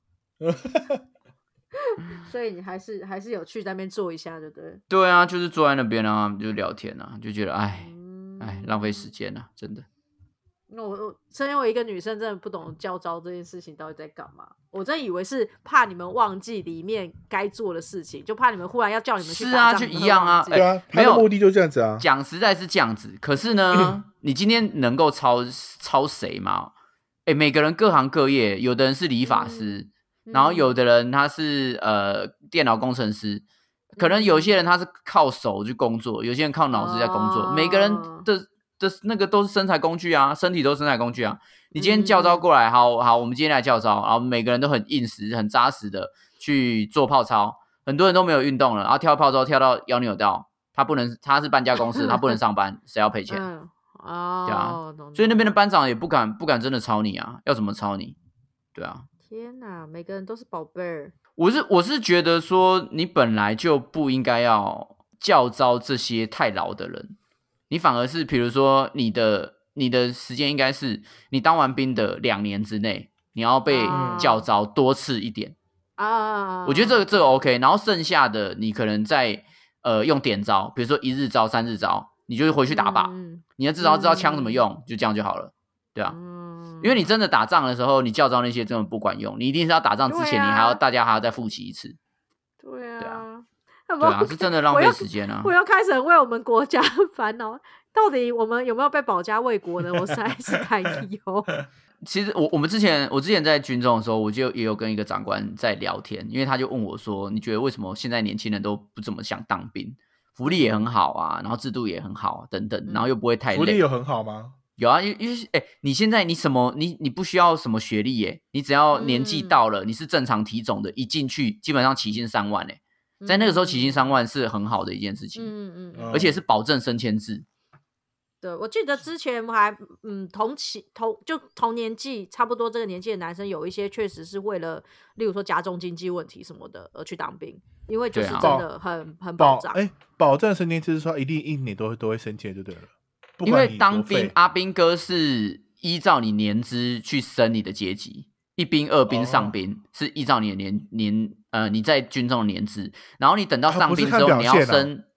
所以你还是还是有去那边坐一下，对不对？ 对啊，就是坐在那边啊，就聊天啊，就觉得哎哎浪费时间啊，真的。 那我我身为我一个女生，真的不懂教召这件事情到底在干嘛。我真以为是怕你们忘记里面该做的事情，就怕你们忽然要叫你们去打仗。 是啊，就一样啊。 对啊，他的目的就这样子啊。 讲实在是这样子，可是呢，你今天能够抄抄谁吗？哎，每个人各行各业，有的人是理发师，嗯、然后有的人他是呃电脑工程师，可能有些人他是靠手去工作，有些人靠脑子在工作，哦、每个人的。的那个都是生财工具啊，身体都是生财工具啊。你今天教召过来，好好，我们今天来教召，然后每个人都很硬实、很扎实的去做泡操，很多人都没有运动了，然后跳泡操跳到腰扭到，他不能，他是搬家公司，他不能上班，谁要赔钱？嗯、哦，对啊，所以那边的班长也不敢不敢真的抄你啊，要怎么抄你？对啊， 天哪，每个人都是宝贝儿。 我是我是觉得说，你本来就不应该要教召这些太老的人。你反而是，比如说你的你的时间应该是你当完兵的两年之内，你要被教召多次一点啊。我觉得这个这个 OK， 然后剩下的你可能在呃用点招，比如说一日招、三日招，你就回去打靶，嗯、你要至少知道枪怎么用，嗯、就这样就好了，对啊。嗯、因为你真的打仗的时候，你教召那些根本不管用，你一定是要打仗之前，啊、你还要大家还要再复习一次， 对啊。 对啊对啊，是真的浪费时间啊！ 我又开始很为我们国家烦恼，到底我们有没有被保家卫国呢？我实在是太忧。 其实我我们之前我之前在军中的时候，我就也有跟一个长官在聊天，因为他就问我说：“你觉得为什么现在年轻人都不怎么想当兵？福利也很好啊，然后制度也很好、啊、等等，然后又不会太累。” 福利有很好吗？ 有啊，因为哎、欸，你现在你什么你你不需要什么学历耶，你只要年纪到了，嗯、你是正常体种的，一进去基本上起薪三万哎。在那个时候起薪三万是很好的一件事情，嗯嗯嗯，而且是保证升迁制。 对，我记得之前我还嗯同期同就同年纪差不多这个年纪的男生，有一些确实是为了，例如说家中经济问题什么的而去当兵，因为就是真的很、啊、很保障。 哎，保证升迁制是说一定一年都会都会升迁就对了。 因为当兵阿兵哥是依照你年资去升你的阶级。一兵、二兵、上兵、哦、是依照你的年年呃你在军中的年资，然后你等到上兵之后，啊啊、你要升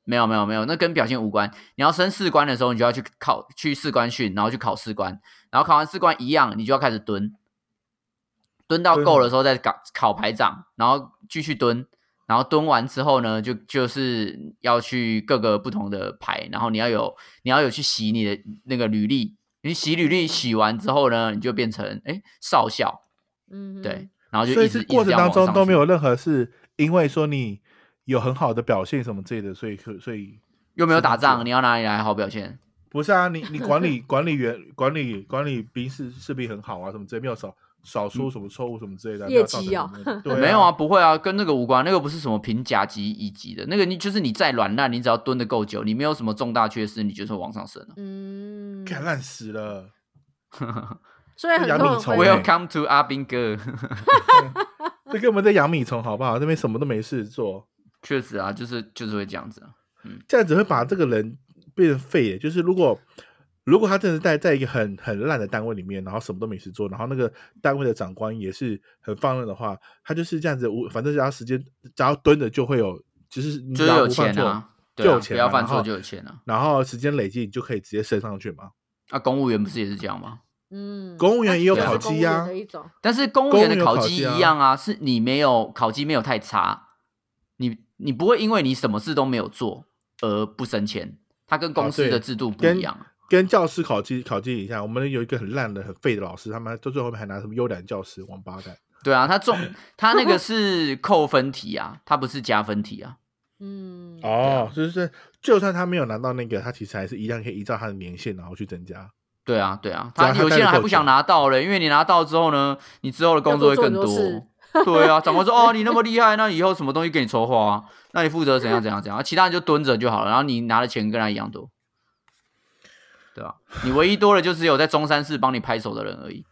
没有没有没有，那跟表现无关。你要升士官的时候，你就要去考去士官训，然后去考士官，然后考完士官一样，你就要开始蹲，蹲到够的时候再考考排长，然后继续蹲，然后蹲完之后呢，就就是要去各个不同的排，然后你要有你要有去洗你的那个履历，你洗履历洗完之后呢，你就变成哎少校，嗯，对，然后就一直所以过程当中都没有任何是因为说你有很好的表现什么之类的，所以所以又没有打仗，你要哪里来好表现？ 不是啊，你你管理管理员管理管理兵士势必很好啊，什么之类没有少少出什么错误什么之类的， 业绩哦， 对啊， 没有啊，不会啊，跟那个无关，那个不是什么评甲级乙级的，那个你就是你再软烂，你只要蹲得够久，你没有什么重大缺失，你就是往上升了。 嗯， 看烂死了。 所以很多人会 Welcome to 阿兵哥， 这跟我们在养米虫好不好？那边什么都没事做。 确实啊，就是就是会这样子啊， 嗯，这样子会把这个人变成废的。就是如果如果他真的在在一个很很烂的单位里面，然后什么都没事做，然后那个单位的长官也是很放任的话，他就是这样子，反正只要时间只要蹲着就会有，就是你只要不犯错、 啊、 就有钱、 啊，不要犯错就有钱啊。 然后时间累积，你就可以直接升上去嘛。 啊，公务员不是也是这样吗？ 嗯， 公务员也有考绩啊， 但是公务员的考绩一样啊，是你没有考绩没有太差，你你不会因为你什么事都没有做而不升迁，它跟公司的制度不一样。 啊、跟, 跟教师考绩考绩一样，我们有一个很烂的、很废的老师，他们到最后面还拿什么优良教师，王八蛋。 对啊，他中他那个是扣分题啊，他不是加分题啊。 嗯， 哦，啊、就是就算他没有拿到那个，他其实还是一样可以依照他的年限然后去增加。 对啊，对啊，他有些人还不想拿到了，因为你拿到之后呢，你之后的工作会更多。对啊，长官说哦，你那么厉害，那以后什么东西给你筹划啊？那你负责怎样怎样怎样，其他人就蹲着就好了，然后你拿的钱跟他一样多，对吧、啊？你唯一多的就只有在中山市帮你拍手的人而已。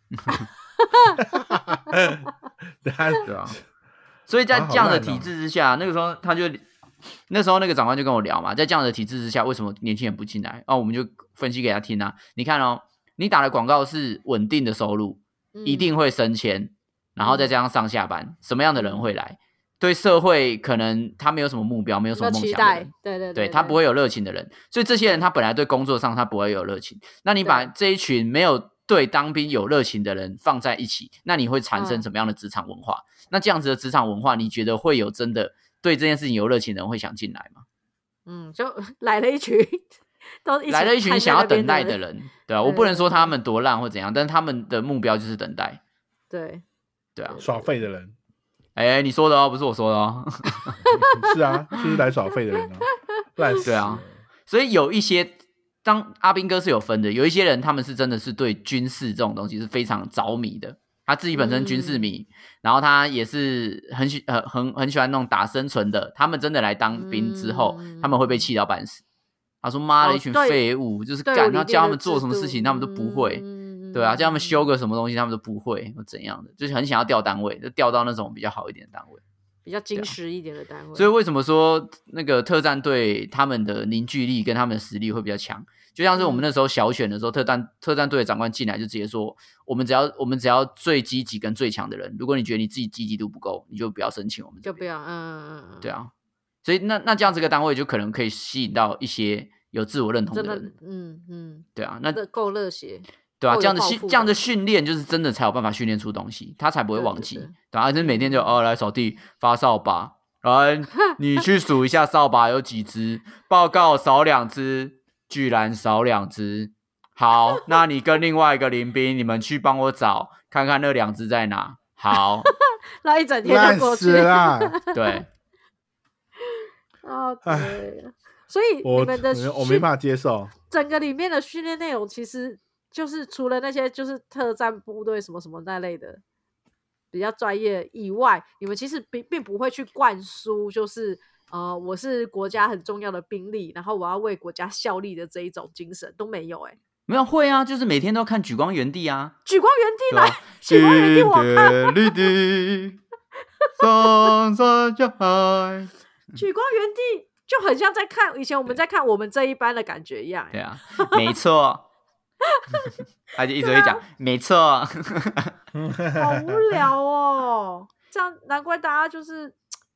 对啊，所以在这样的体制之下，那个时候他就。那时候那个长官就跟我聊嘛，在这样的体制之下，为什么年轻人不进来？哦，我们就分析给他听啊。你看哦，你打的广告是稳定的收入，嗯、一定会升迁，然后再加上上下班，嗯、什么样的人会来？对社会可能他没有什么目标，没有什么梦想的人， 对对 对, 对，他不会有热情的人。所以这些人他本来对工作上他不会有热情，那你把这一群没有对当兵有热情的人放在一起，那你会产生什么样的职场文化？嗯、那这样子的职场文化，你觉得会有真的？对这件事情有热情的人会想进来吗？ 嗯，就来了一群，都一来了一群想要等待的人， 对啊，我不能说他们多烂或怎样，但是他们的目标就是等待。 对， 对啊， 耍废的人。 哎、欸，你说的哦，不是我说的哦。 是啊，就是来耍废的人啊，烂死。 对啊，所以有一些，当阿兵哥是有分的，有一些人他们是真的是对军事这种东西是非常着迷的。他自己本身军事迷，嗯、然后他也是很喜呃很很喜欢那种打生存的。他们真的来当兵之后，嗯、他们会被气到半死。他说：“妈的，一群废物，哦、就是干，他教他们做什么事情，他们都不会。嗯、对啊，叫他们修个什么东西，他们都不会，或怎样的，就是很想要调单位，就调到那种比较好一点的单位， 比较精实一点的单位。啊、 所以为什么说那个特战队他们的凝聚力跟他们的实力会比较强？就像是我们那时候小选的时候，嗯、特战特战队的长官进来就直接说，我们只要我们只要最积极跟最强的人，如果你觉得你自己积极度不够，你就不要申请我们， 就不要，嗯嗯嗯， 对啊，所以那那这样这个单位就可能可以吸引到一些有自我认同的人， 真的嗯嗯， 对啊，那够热血， 对啊，这样的训这样的训练就是真的才有办法训练出东西，他才不会忘记，对, 对, 对啊，就是每天就哦来扫地发扫把，来你去数一下扫把有几只，报告少两只。居然少两只，好，那你跟另外一个林兵，你们去帮我找，看看那两只在哪。好， 那一整天就过去了。 对， 哦，对，所以你们的我我没办法接受。 整个里面的训练内容，其实就是除了那些就是特战部队什么什么那类的比较专业以外，你们其实并并不会去灌输，就是。呃，我是国家很重要的兵力，然后我要为国家效力的这一种精神都没有哎、欸， 没有会啊，就是每天都要看举光原地啊， 举光原地来，举光原地我看，举光原地就很像在看以前我们在看我们这一班的感觉一样、欸， 对啊，没错，他就一直会讲、啊、没错， 好无聊哦，这样难怪大家就是。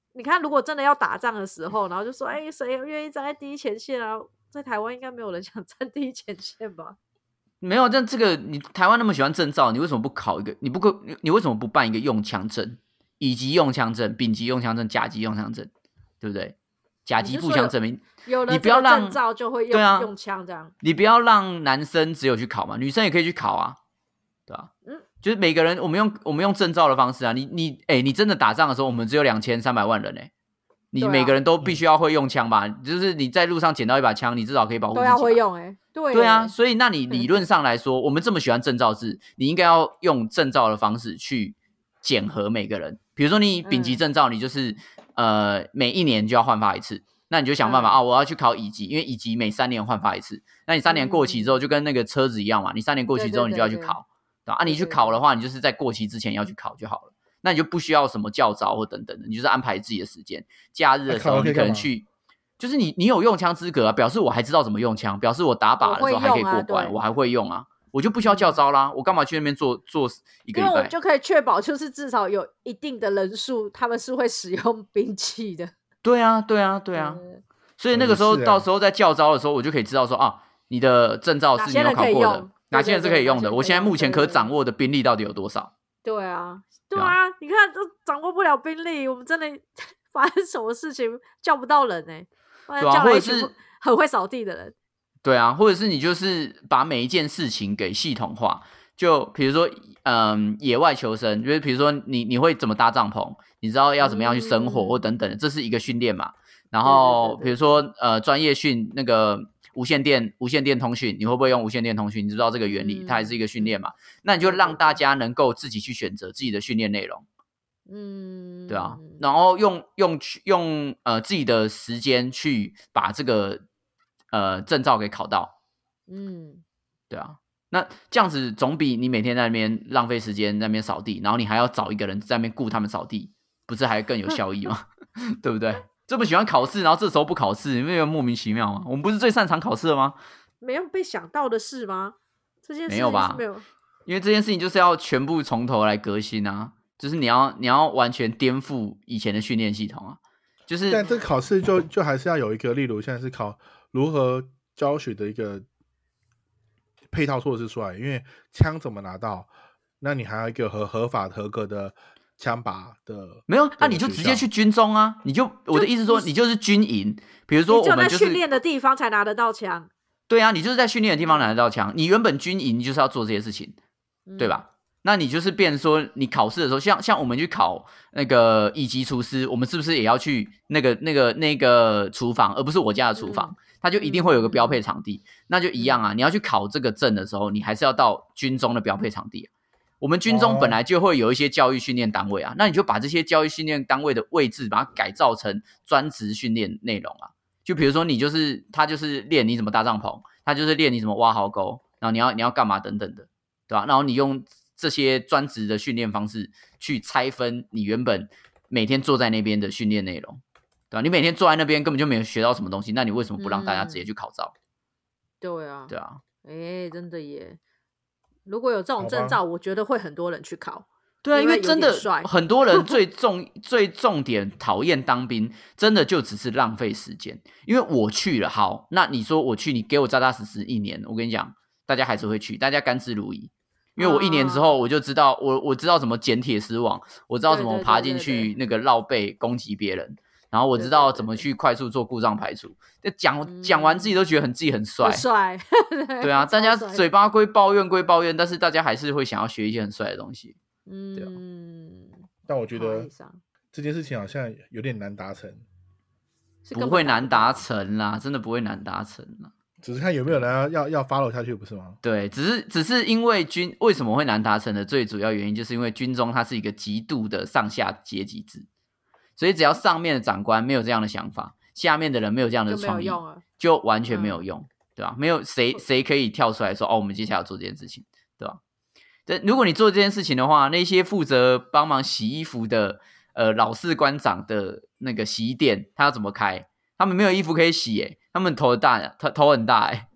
你看，如果真的要打仗的时候，然后就说，哎、欸，谁愿意站在第一前线啊？在台湾应该没有人想站第一前线吧？ 没有，但这个你台湾那么喜欢证照，你为什么不考一个？你不你你为什么不办一个用枪证？乙级用枪证、丙级用枪证、甲级用枪证，对不对？甲级步枪证明， 有了你不要让证照就会用、 啊、 用枪这样。 你不要让男生只有去考嘛，女生也可以去考啊，对吧、啊？嗯，就是每个人我们用我们用证照的方式啊，你你哎、欸，你真的打仗的时候，我们只有两千三百万人哎、欸，你每个人都必须要会用枪吧？啊、就是你在路上捡到一把枪，你至少可以保护自己。 都要会用哎、欸，对对啊，所以那你理论上来说，我们这么喜欢证照制，你应该要用证照的方式去检核每个人。比如说你丙级证照，你就是、嗯、呃每一年就要换发一次，那你就想办法、嗯、啊，我要去考乙级，因为乙级每三年换发一次。那你三年过期之后，就跟那个车子一样嘛，你三年过期之后你就要去考，对对对对啊，你去考的话，你就是在过期之前要去考就好了。那你就不需要什么教召或等等的，你就是安排自己的时间，假日的时候你可能去。就是你，你有用枪资格啊，表示我还知道怎么用枪，表示我打靶的时候还可以过关， 我,、啊、我还会用啊，我就不需要教召啦，我干嘛去那边做做一个礼拜？ 因为我就可以确保，就是至少有一定的人数，他们是会使用兵器的。 对啊，对啊，对啊。所以那个时候，啊、到时候在教召的时候，我就可以知道说啊，你的证照是你有考过的，哪些人是可以用的。我现在目前可掌握的兵力到底有多少？ 对啊，对啊，你看都掌握不了兵力，我们真的发生什么事情叫不到人哎、欸。 对啊，或者是很会扫地的人， 对啊，或者是你就是把每一件事情给系统化，就比如说，嗯，野外求生，就是比如说你你会怎么搭帐篷，你知道要怎么样去生活、嗯、或等等的，这是一个训练嘛。然后比如说呃专业训那个无线电无线电通讯，你会不会用无线电通讯？你知道这个原理，嗯、它还是一个训练嘛。那你就让大家能够自己去选择自己的训练内容。嗯，对啊，然后用用用呃自己的时间去把这个呃证照给考到，嗯，对啊，那这样子总比你每天在那边浪费时间在那边扫地，然后你还要找一个人在那边顾他们扫地，不是还更有效益吗？对不对？这么喜欢考试，然后这时候不考试，你没有莫名其妙吗？我们不是最擅长考试了吗？ 没有被想到的事吗？这件事没有吧？ 没有， 因为这件事情就是要全部从头来革新啊。就是你要你要完全颠覆以前的训练系统啊！就是， 但这个考试就就还是要有一个，例如现在是考如何教学的一个配套措施出来，因为枪怎么拿到，那你还有一个合合法合格的枪靶的， 没有，那、啊、你就直接去军中啊！你就我的意思说，你就是军营，比如说我们就是训练的地方才拿得到枪。 对啊，你就是在训练的地方拿得到枪。你原本军营就是要做这些事情，嗯、对吧？那你就是变成说，你考试的时候，像像我们去考那个乙级厨师，我们是不是也要去那个那个那个厨房，而不是我家的厨房？嗯、它就一定会有个标配场地，嗯、那就一样啊。你要去考这个证的时候，你还是要到军中的标配场地、啊。我们军中本来就会有一些教育训练单位啊，哦、那你就把这些教育训练单位的位置，把它改造成专职训练内容啊。就比如说，你就是他就是练你怎么搭帐篷，他就是练你怎么挖壕沟，然后你要你要干嘛等等的，对吧？然后你用这些专职的训练方式去拆分你原本每天坐在那边的训练内容，对吧？你每天坐在那边根本就没有学到什么东西，那你为什么不让大家直接去考照？ 嗯、对啊， 对啊， 哎、欸，真的耶！如果有这种证照，我觉得会很多人去考。 对啊，因为真的帅很多人最重最重点讨厌当兵，真的就只是浪费时间。因为我去了，好，那你说我去，你给我扎扎实实一年，我跟你讲，大家还是会去，大家甘之如饴。因为我一年之后我就知道，我我知道怎么剪铁丝网，我知道怎么爬进去那个绕背攻击别人，然后我知道怎么去快速做故障排除。讲讲完自己都觉得很自己很帅， 很帅。 对啊，大家嘴巴归抱怨归抱怨，但是大家还是会想要学一些很帅的东西。嗯，对啊。 但我觉得这件事情好像有点难达成。 不会难达成啦，真的不会难达成啦。 只是看有没有人要要要 follow 下去，不是吗？ 对，只是只是因为军为什么会难达成的最主要原因，就是因为军中它是一个极度的上下阶级制，所以只要上面的长官没有这样的想法，下面的人没有这样的创意，就, 就完全没有用，嗯、对吧？没有谁谁可以跳出来说哦，我们接下来要做这件事情，对吧？如果你做这件事情的话，那些负责帮忙洗衣服的呃老士官长的那个洗衣店，他要怎么开？他们没有衣服可以洗耶，他们头大，头头很大哎，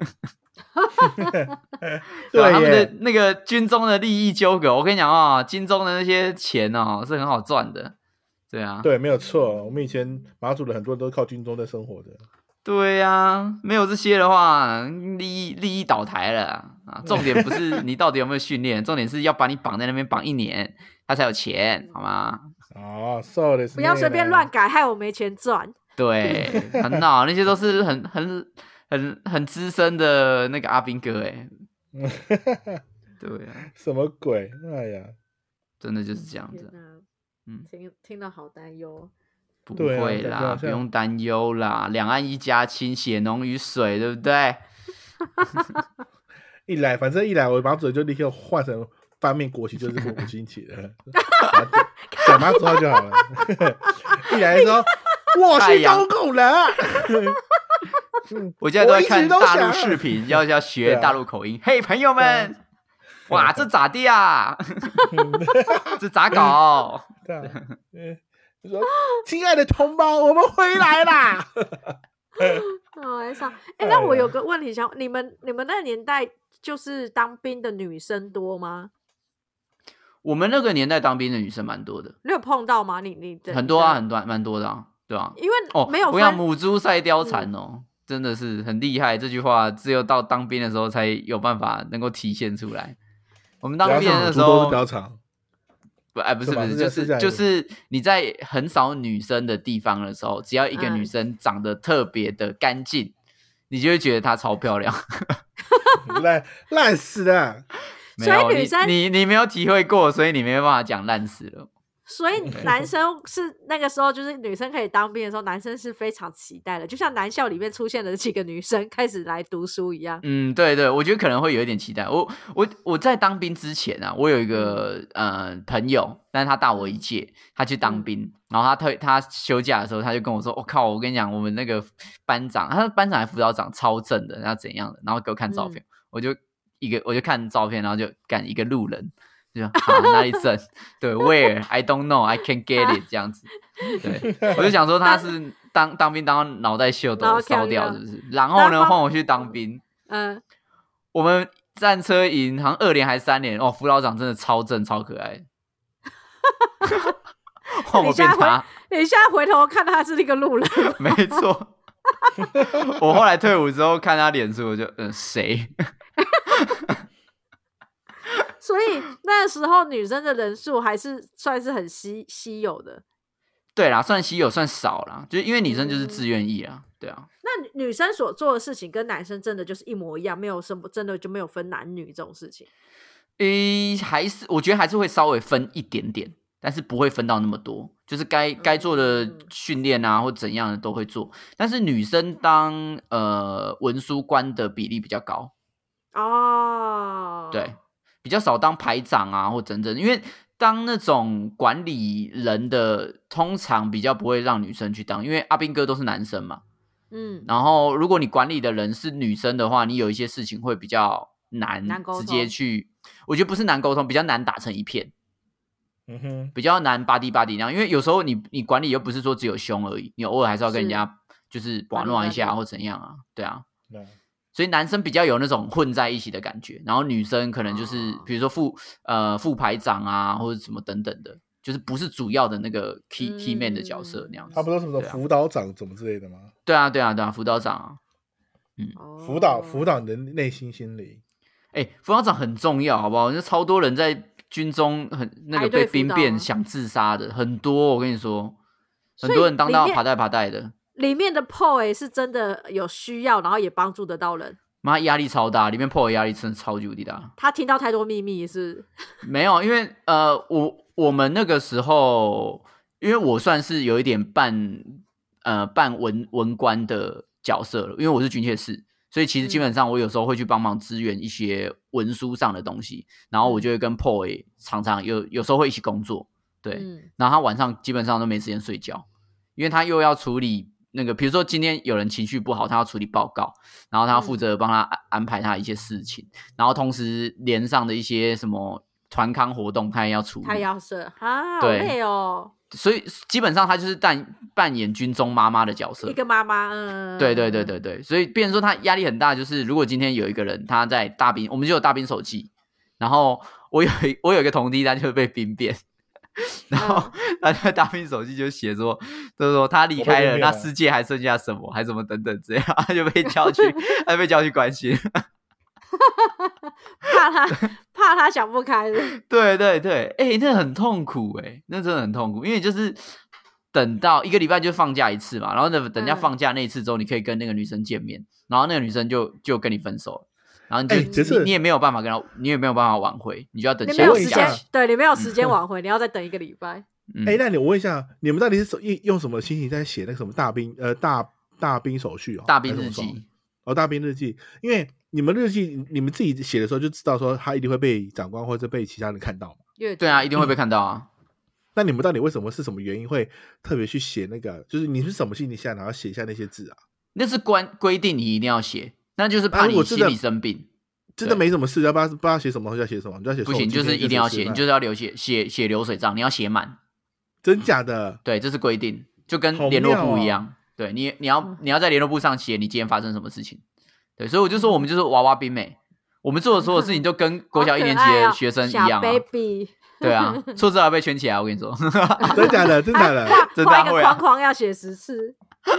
对吧？他们的那个军中的利益纠葛，我跟你讲啊，军中的那些钱哦是很好赚的， 对啊， 对，没有错。我们以前马祖的很多人都是靠军中在生活的。 对呀、啊，没有这些的话，利益利益倒台了啊！重点不是你到底有没有训练，重点是要把你绑在那边绑一年，他才有钱，好吗？ 哦，そうですね。 不要随便乱改，害我没钱赚。 对，很好，那些都是很很很很资深的那个阿兵哥哎。对啊， 什么鬼？哎呀， 真的就是这样子。 嗯，听听了好担忧。 不会啦， 啊、 不用担忧啦，两岸一家亲，血浓于水，对不对？ 一来，反正一来，我马祖就立刻换成翻面国旗，就是国母亲旗了，讲马祖话就好了。一来的时候，我是中共人。 我现在都在看大陆视频，要要学大陆口音。嘿、啊， hey, 朋友们，哇，这咋地啊？这咋搞？ 对啊，就说：“亲爱的同胞，我们回来啦！” 哦，还上，哎，那我有个问题想，你们你们那个年代就是当兵的女生多吗？ 我们那个年代当兵的女生蛮多的。 你有碰到吗？你你很多啊，很多，蛮多的啊，对啊。 因为哦，没有分， 我想母猪赛貂蝉哦。嗯，真的是很厉害，这句话只有到当兵的时候才有办法能够体现出来。我们当兵的时候，不，哎，不是不是，就是就是你在很少女生的地方的时候，只要一个女生长得特别的干净，嗯，你就会觉得她超漂亮。 烂烂死了， 没有，所以女生你你你没有体会过，所以你没办法讲烂死了。 所以男生是那个时候，就是女生可以当兵的时候，男生是非常期待的，就像男校里面出现的几个女生开始来读书一样。 嗯，对对，我觉得可能会有一点期待。我我我在当兵之前啊，我有一个呃朋友，但是他大我一届，他去当兵，嗯，然后他特他休假的时候，他就跟我说：“我，哦，靠，我跟你讲，我们那个班长，他班长还辅导长超正的，然后怎样的，然后给我看照片，嗯，我就一个我就看照片，然后就干一个路人。”就好哪里正？对 ，Where I don't know, I can't get it 这样子。对，我就想说他是当当兵当到脑袋秀都烧掉，是不是？然后呢，换我去当兵。嗯，我们战车营好像二连还是三连哦，辅导长真的超正超可爱。换我变他， 你现在回头看他是那个路人， 没错。我后来退伍之后看他脸书，我就嗯谁？ 所以那时候女生的人数还是算是很稀稀有的。 对啦，算稀有算少啦，就是因为女生就是自愿意啦，嗯，对啊。 那女生所做的事情跟男生真的就是一模一样，没有什么真的就没有分男女这种事情。 诶，还是我觉得还是会稍微分一点点，但是不会分到那么多，就是该该做的训练啊，嗯，或怎样的都会做。但是女生当呃文书官的比例比较高哦，对。比较少当排长啊，或整整，因为当那种管理人的，通常比较不会让女生去当，因为阿兵哥都是男生嘛，嗯，然后如果你管理的人是女生的话，你有一些事情会比较难直接去，我觉得不是难沟通，比较难打成一片，嗯哼，比较难巴蒂巴蒂那样，因为有时候你你管理又不是说只有凶而已，你偶尔还是要跟人家就是玩弄一下或怎样啊，对啊。对，所以男生比较有那种混在一起的感觉，然后女生可能就是比如说副呃副排长啊或者什么等等的，就是不是主要的那个 key、嗯、key man 的角色那样子。 他不是什么辅导长怎么之类的吗？ 对啊对啊对啊，辅导长啊， 嗯，辅导辅导你的内心心理。 哎、欸，辅导长很重要，好不好？那超多人在军中很那个被兵变想自杀的很多，我跟你说，很多人当到爬带爬带的。 里面的 P O A 是真的有需要，然后也帮助得到人。 妈，压力超大，里面 P O A 压力真的超级无敌大。 他听到太多秘密是？ 没有，因为呃，我我们那个时候，因为我算是有一点半呃半文文官的角色了，因为我是军械士，所以其实基本上我有时候会去帮忙支援一些文书上的东西，然后我就会跟 P O A 常常有有时候会一起工作，对，嗯、然后他晚上基本上都没时间睡觉，因为他又要处理。那个，比如说今天有人情绪不好，他要处理报告，然后他要负责帮他安排他一些事情，嗯、然后同时连上的一些什么团康活动，他也要处理。 他要是啊，好累哦。 所以基本上他就是扮扮演军中妈妈的角色， 一个妈妈。嗯， 对对对对对，所以变成说他压力很大，就是如果今天有一个人他在大兵，我们就有大兵手记，然后我有我有一个同梯，他就会被兵变。 然后他在当兵手记就写说，就是说他离开了，那世界还剩下什么，还什么等等这样，他就被叫去，他就被叫去关心。 怕他怕他想不开的。 对对对，哎、欸，那很痛苦哎、欸，那真的很痛苦，因为就是等到一个礼拜就放假一次嘛，然后呢，等下放假那一次之后，你可以跟那个女生见面，然后那个女生就就跟你分手了，然后你就、欸、你, 你也没有办法跟他，你也没有办法挽回，你就要等下个假期。对，你没有时间挽回，你要再等一个礼拜。 哎、欸，那你我问一下，你们到底是用什么心情在写那个什么大兵呃大大兵手续哦？ 大兵日记哦，大兵日记，因为你们日记你们自己写的时候就知道说他一定会被长官或者被其他人看到嘛。 对啊，一定会被看到啊。 嗯、那你们到底为什么是什么原因会特别去写那个？就是你是什么心情下然后写下那些字啊？ 那是规规定你一定要写，那就是怕你心理生病。 啊、真的没什么事，要不然不知道写什么要写什么，你就要写。 不行，就是一定要写，你就是要流血写写流水账，你要写满。 真假的？ 对，这是规定，就跟联络簿一样。啊、对你，你要你要在联络簿上写你今天发生什么事情。对，所以我就说我们就是娃娃兵美，我们做的所有事情就跟国小一年级的学生一样、啊。 小 baby。 对啊，错字还被圈起来，我跟你说。 真假的？真假的？ 真的画一个框框要写十次。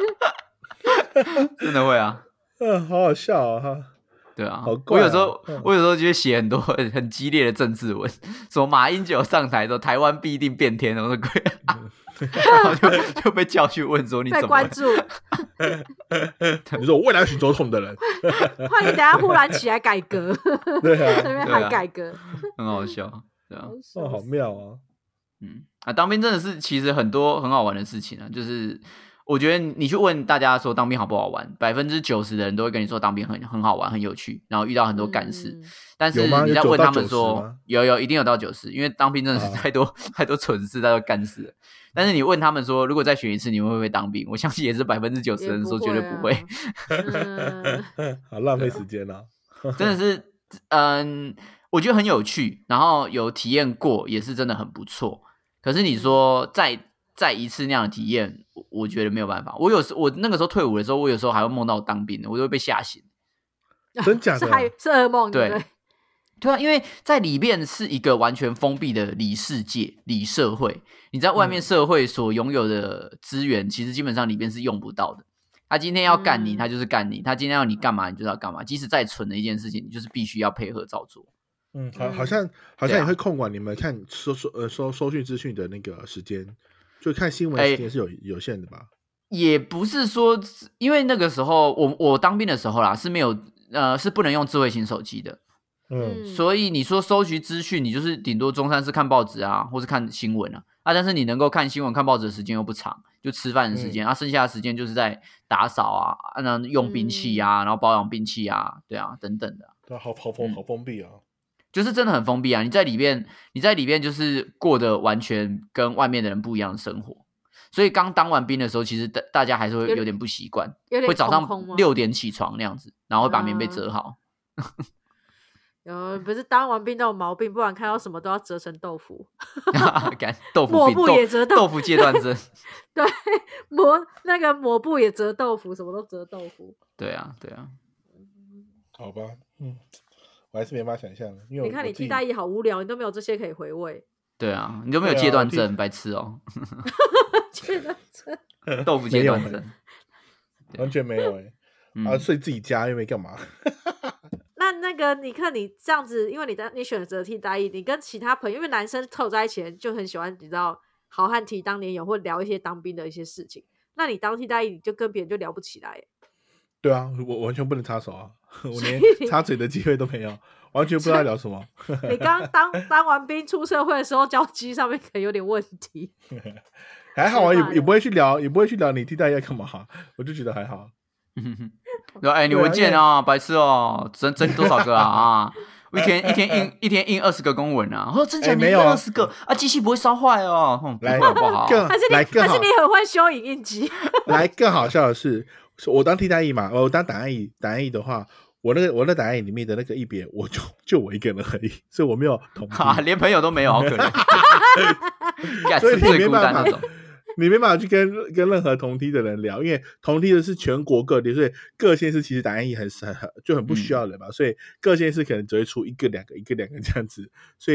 真的会啊。 嗯，好好笑啊！哈。 对啊， 啊我有时候、嗯、我有时候就会写很多很很激烈的政治文，什么马英九上台之后，台湾必定变天了，我说鬼、啊，然后就就被叫去问说你怎么被关注？ 你说我未来选总统的人， 怕你等下忽然起来改革， 对啊， 那边还改革， 啊、很好笑，对啊， 哦，好妙啊， 嗯啊，当兵真的是其实很多很好玩的事情啊，就是。我觉得你去问大家说当兵好不好玩，百分之九十的人都会跟你说当兵很很好玩、很有趣，然后遇到很多干事。嗯、但是你在问他们说，有有一定有到九十，因为当兵真的是太多、啊、太多蠢事、太多干事了。但是你问他们说，如果再选一次，你们会不会当兵？我相信也是百分之九十的人说绝对不会。 嗯、好浪费时间啊！ 真的是，嗯，我觉得很有趣，然后有体验过，也是真的很不错。可是你说再再一次那样的体验。我觉得没有办法，我有时我那个时候退伍的时候，我有时候还会梦到我当兵的，我就会被吓醒。 真假的？ 是噩梦， 对对对啊，因为在里面是一个完全封闭的里世界、里社会，你在外面社会所拥有的资源，嗯、其实基本上里面是用不到的。他今天要干你，他就是干你；他今天要你干嘛，你就要干嘛。即使再蠢的一件事情，你就是必须要配合照做。 嗯，好，好像好像也会控管你们看收收呃收收讯资讯的那个时间。就看新闻时间是有、欸、有限的吧？ 也不是说，因为那个时候我我当兵的时候啦，是没有呃是不能用智慧型手机的， 嗯， 所以你说收集资讯，你就是顶多中山市看报纸啊，或是看新闻啊，啊，但是你能够看新闻、看报纸的时间又不长，就吃饭的时间、嗯、啊，剩下的时间就是在打扫啊，啊，用兵器啊，然后保养兵器啊，对啊，等等的， 对，好好封好封闭啊。 就是真的很封闭啊！你在里面，你在里面就是过得完全跟外面的人不一样的生活，所以刚当完兵的时候，其实大家还是会有点不习惯，会早上六点起床那样子，然后会把棉被折好。 有不是当完兵都有毛病，不然看到什么都要折成豆腐。 豆腐抹布也折豆腐， 豆腐戒断症。 对，抹那个抹布也折豆腐，什么都折豆腐。 对啊，对啊。 好吧，嗯。我还是没办法想象，因为你看你替代役好无聊，你都没有这些可以回味。 对啊，你都没有戒断症，白痴哦。 戒断症， 豆腐戒断症， 完全没有哎、欸嗯。啊，睡自己家又没干嘛。 那那个，你看你这样子，因为你的你选择替代役，你跟其他朋友，因为男生凑在一起就很喜欢，你知道，好汉提当年勇，或聊一些当兵的一些事情。那你当替代役，你就跟别人就聊不起来、欸。 对啊，我完全不能插手啊，我连插嘴的机会都没有，完全不知道聊什么。 你刚当当完兵出社会的时候，交际上面可能有点问题。 还好啊，也也不会去聊，也不会去聊你替代役干嘛，我就觉得还好。 哎、欸，你文件啊，白痴哦，整整多少个啊啊！一天一天印一天印二十个公文啊！哦，真假？你印二十个啊？机器不会烧坏哦？嗯、 来好不好？ 还是你还是你很会修影印机？ 来，更好笑的是。我当替代役嘛，我当档案役，档案役的话，我那个我那档案役里面的那个役别，我就就我一个人而已，所以我没有同梯、 啊，连朋友都没有，好可怜。 所以你没办法，你没办法去跟跟任何同梯的人聊，因为同梯的是全国各地，所以各县市其实档案役很很就很不需要人嘛、嗯，所以各县市可能只会出一个两个一个两个这样子，所以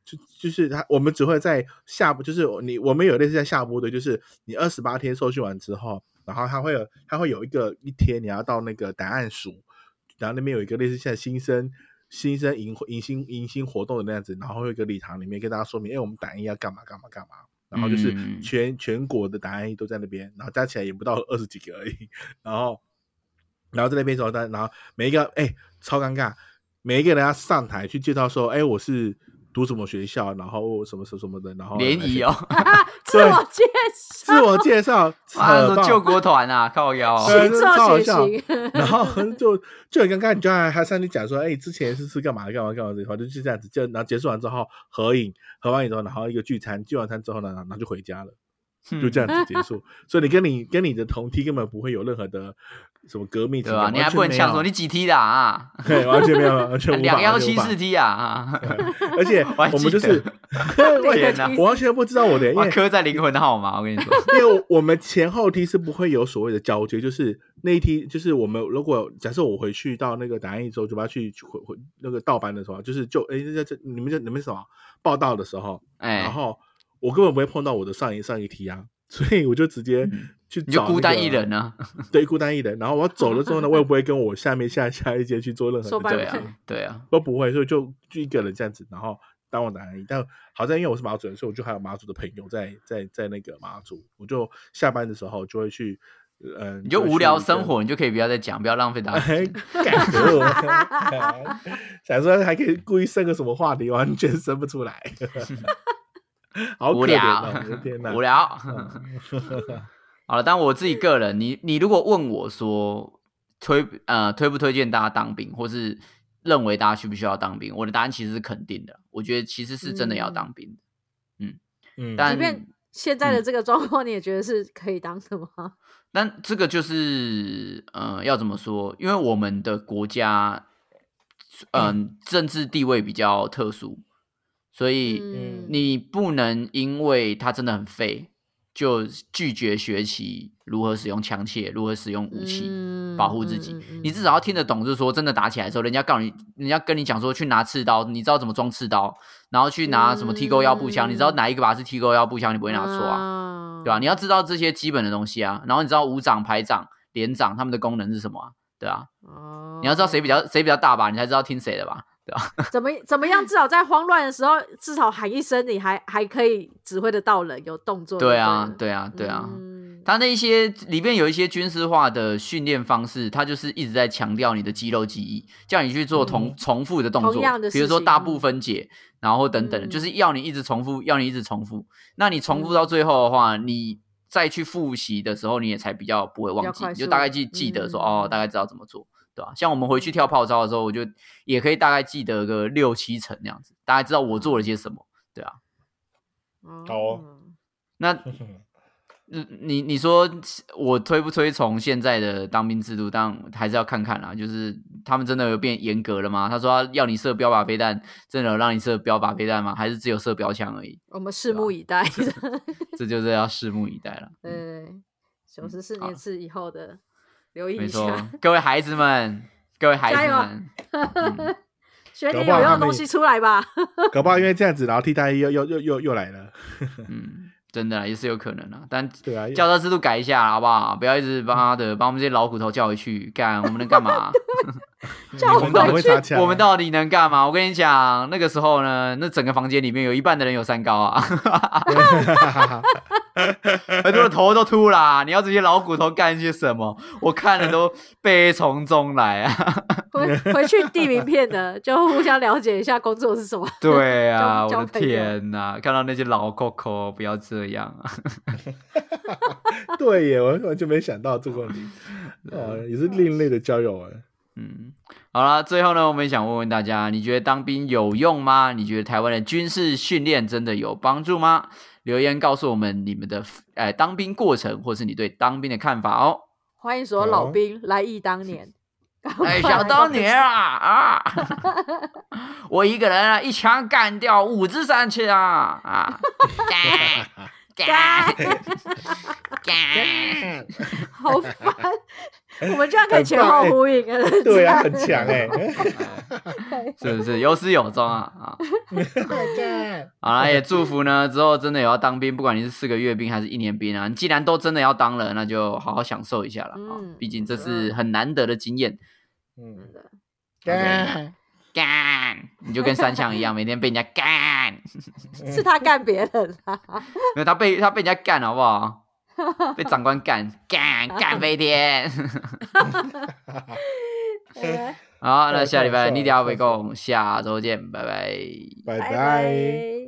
就就是他，我们只会在下部，就是你我们有类似在下部队，就是你二十八天受训完之后，然后他会有他会有一个一天你要到那个档案署，然后那边有一个类似现在新生新生迎迎新迎新活动的那样子，然后会有一个礼堂里面跟大家说明，哎，我们档案要干嘛干嘛干嘛，然后就是全、嗯、全国的档案都在那边，然后加起来也不到二十几个而已，然后然后在那边时候，然后每一个哎超尴尬。每一个人要上台去介绍说，哎，我是读什么学校，然后什么什么什么的，然后联谊哦， 自我介绍， 自我介绍， 啊，救国团啊，靠腰， 行超好笑。 行然后就就很尴尬，你就还还上去讲说，哎，之前是是干嘛干嘛干嘛这块，就是这样子，就然后结束完之后合影，合完影之后，然后一个聚餐，聚完餐之后呢，然后就回家了。就这样子结束，所以你跟你跟你的同梯根本不会有任何的什么革命情感， 对吧？你还不能呛说你几梯的啊？ 对，完全没有，完全无法。 两幺七四梯啊！ 而且我们就是，我完全不知道我的，因为刻在灵魂的号码。我跟你说， 因为我们前后梯是不会有所谓的交接，就是那一梯，就是我们如果假设我回去到那个档案一周，就要去回回那个倒班的时候，就是就哎这这你们这你们什么报道的时候，哎，然后。我根本不会碰到我的上一上一梯啊，所以我就直接去找、那個嗯、 你就孤单一人啊， 对，孤单一人。然后我走了之后呢，我也不会跟我下面下下一阶去做任何的对啊，对啊， 都不会，所以就就一个人这样子，然后当我的而已。但好在因为我是马祖人，所以我就还有马祖的朋友在在在那个马祖，我就下班的时候就会去。嗯， 你就无聊生活，你就可以不要再讲，不要浪费大家时间。 想说还可以故意生个什么话题，完全生不出来。好可怜哦，我的天哪， 无聊。好了，但我自己个人，你你如果问我说推呃推不推荐大家当兵，或是认为大家需不需要当兵，我的答案其实是肯定的。我觉得其实是真的要当兵的。嗯嗯，但即便现在的这个状况，你也觉得是可以当的吗？ 但这个就是呃要怎么说？因为我们的国家嗯、呃、政治地位比较特殊。所以你不能因为他真的很废，就拒绝学习如何使用枪械，如何使用武器保护自己。你至少要听得懂，就是说真的打起来的时候，人家告诉你，人家跟你讲说去拿刺刀，你知道怎么装刺刀，然后去拿什么剃钩腰步枪，你知道哪一个把是剃钩腰步枪，你不会拿错啊，对吧？你要知道这些基本的东西啊，然后你知道武长、排长、连长他们的功能是什么啊，对啊，你要知道谁比较谁比较大吧，你才知道听谁的吧。 怎么怎么样？至少在慌乱的时候，至少喊一声，你还还可以指挥得到人，有动作。 对啊，对啊，对啊。嗯、他那一些里面有一些军事化的训练方式，他就是一直在强调你的肌肉记忆，叫你去做同、嗯、重复的动作，比如说大步分解，然后等等、嗯，就是要你一直重复，要你一直重复。那你重复到最后的话，嗯、你再去复习的时候，你也才比较不会忘记，你就大概记记得说、嗯、哦，大概知道怎么做。对吧？像我们回去跳炮操的时候，我就也可以大概记得个六七成那样子，大概知道我做了些什么，对啊。 好、哦， 那你你说我推不推崇现在的当兵制度？当然还是要看看啦，就是他们真的有变严格了吗？他说要你射标靶飞弹，真的有让你射标靶飞弹吗？还是只有射标枪而已？ 我们拭目以待。 这就是要拭目以待了。 对，九十四年次以后的。留意一没错， 下， 各位孩子们，各位孩子们， 嗯、学点有用的东西出来吧。 搞不好因为这样子，然后替代役又又又又又来了。 嗯，真的也是有可能啊。但对啊， 教招制度改一下好不好？不要一直帮他的把我们这些老骨头叫回去干，我们能干嘛？ 叫回去， 我们到底能干嘛？我跟你讲，那个时候呢，那整个房间里面有一半的人有三高啊。很多人头都秃啦，你要这些老骨头干些什么？我看了都悲从中来啊。 回回去递名片的，就互相了解一下工作是什么。 对啊，我的天哪！看到那些老 Coco， 不要这样啊。 对耶，我完全没想到这个问题。哦，也是另类的交友哎。 嗯，好啦，最后呢，我们也想问问大家，你觉得当兵有用吗？你觉得台湾的军事训练真的有帮助吗？留言告诉我们你们的呃当兵过程，或是你对当兵的看法哦。 欢迎所有老兵、哦、来忆当年。 哎，想当年啊啊！我一个人啊，一枪干掉五只山枪啊啊！干干干！ 好烦！ 我们这样可以前后呼应了。 对啊，很强哎、 欸，是不是有始有终啊？啊，好啦，也祝福呢，之后真的有要当兵，不管你是四个月兵还是一年兵啊，你既然都真的要当了，那就好好享受一下了啊！嗯、毕竟这是很难得的经验。嗯，干干，你就跟三枪一样，每天被人家干。 是他干别人啊？ 没有，他被他被人家干，好不好？被长官干干干飞天。好，那下礼拜你聊围攻，下周见，拜拜， 拜拜。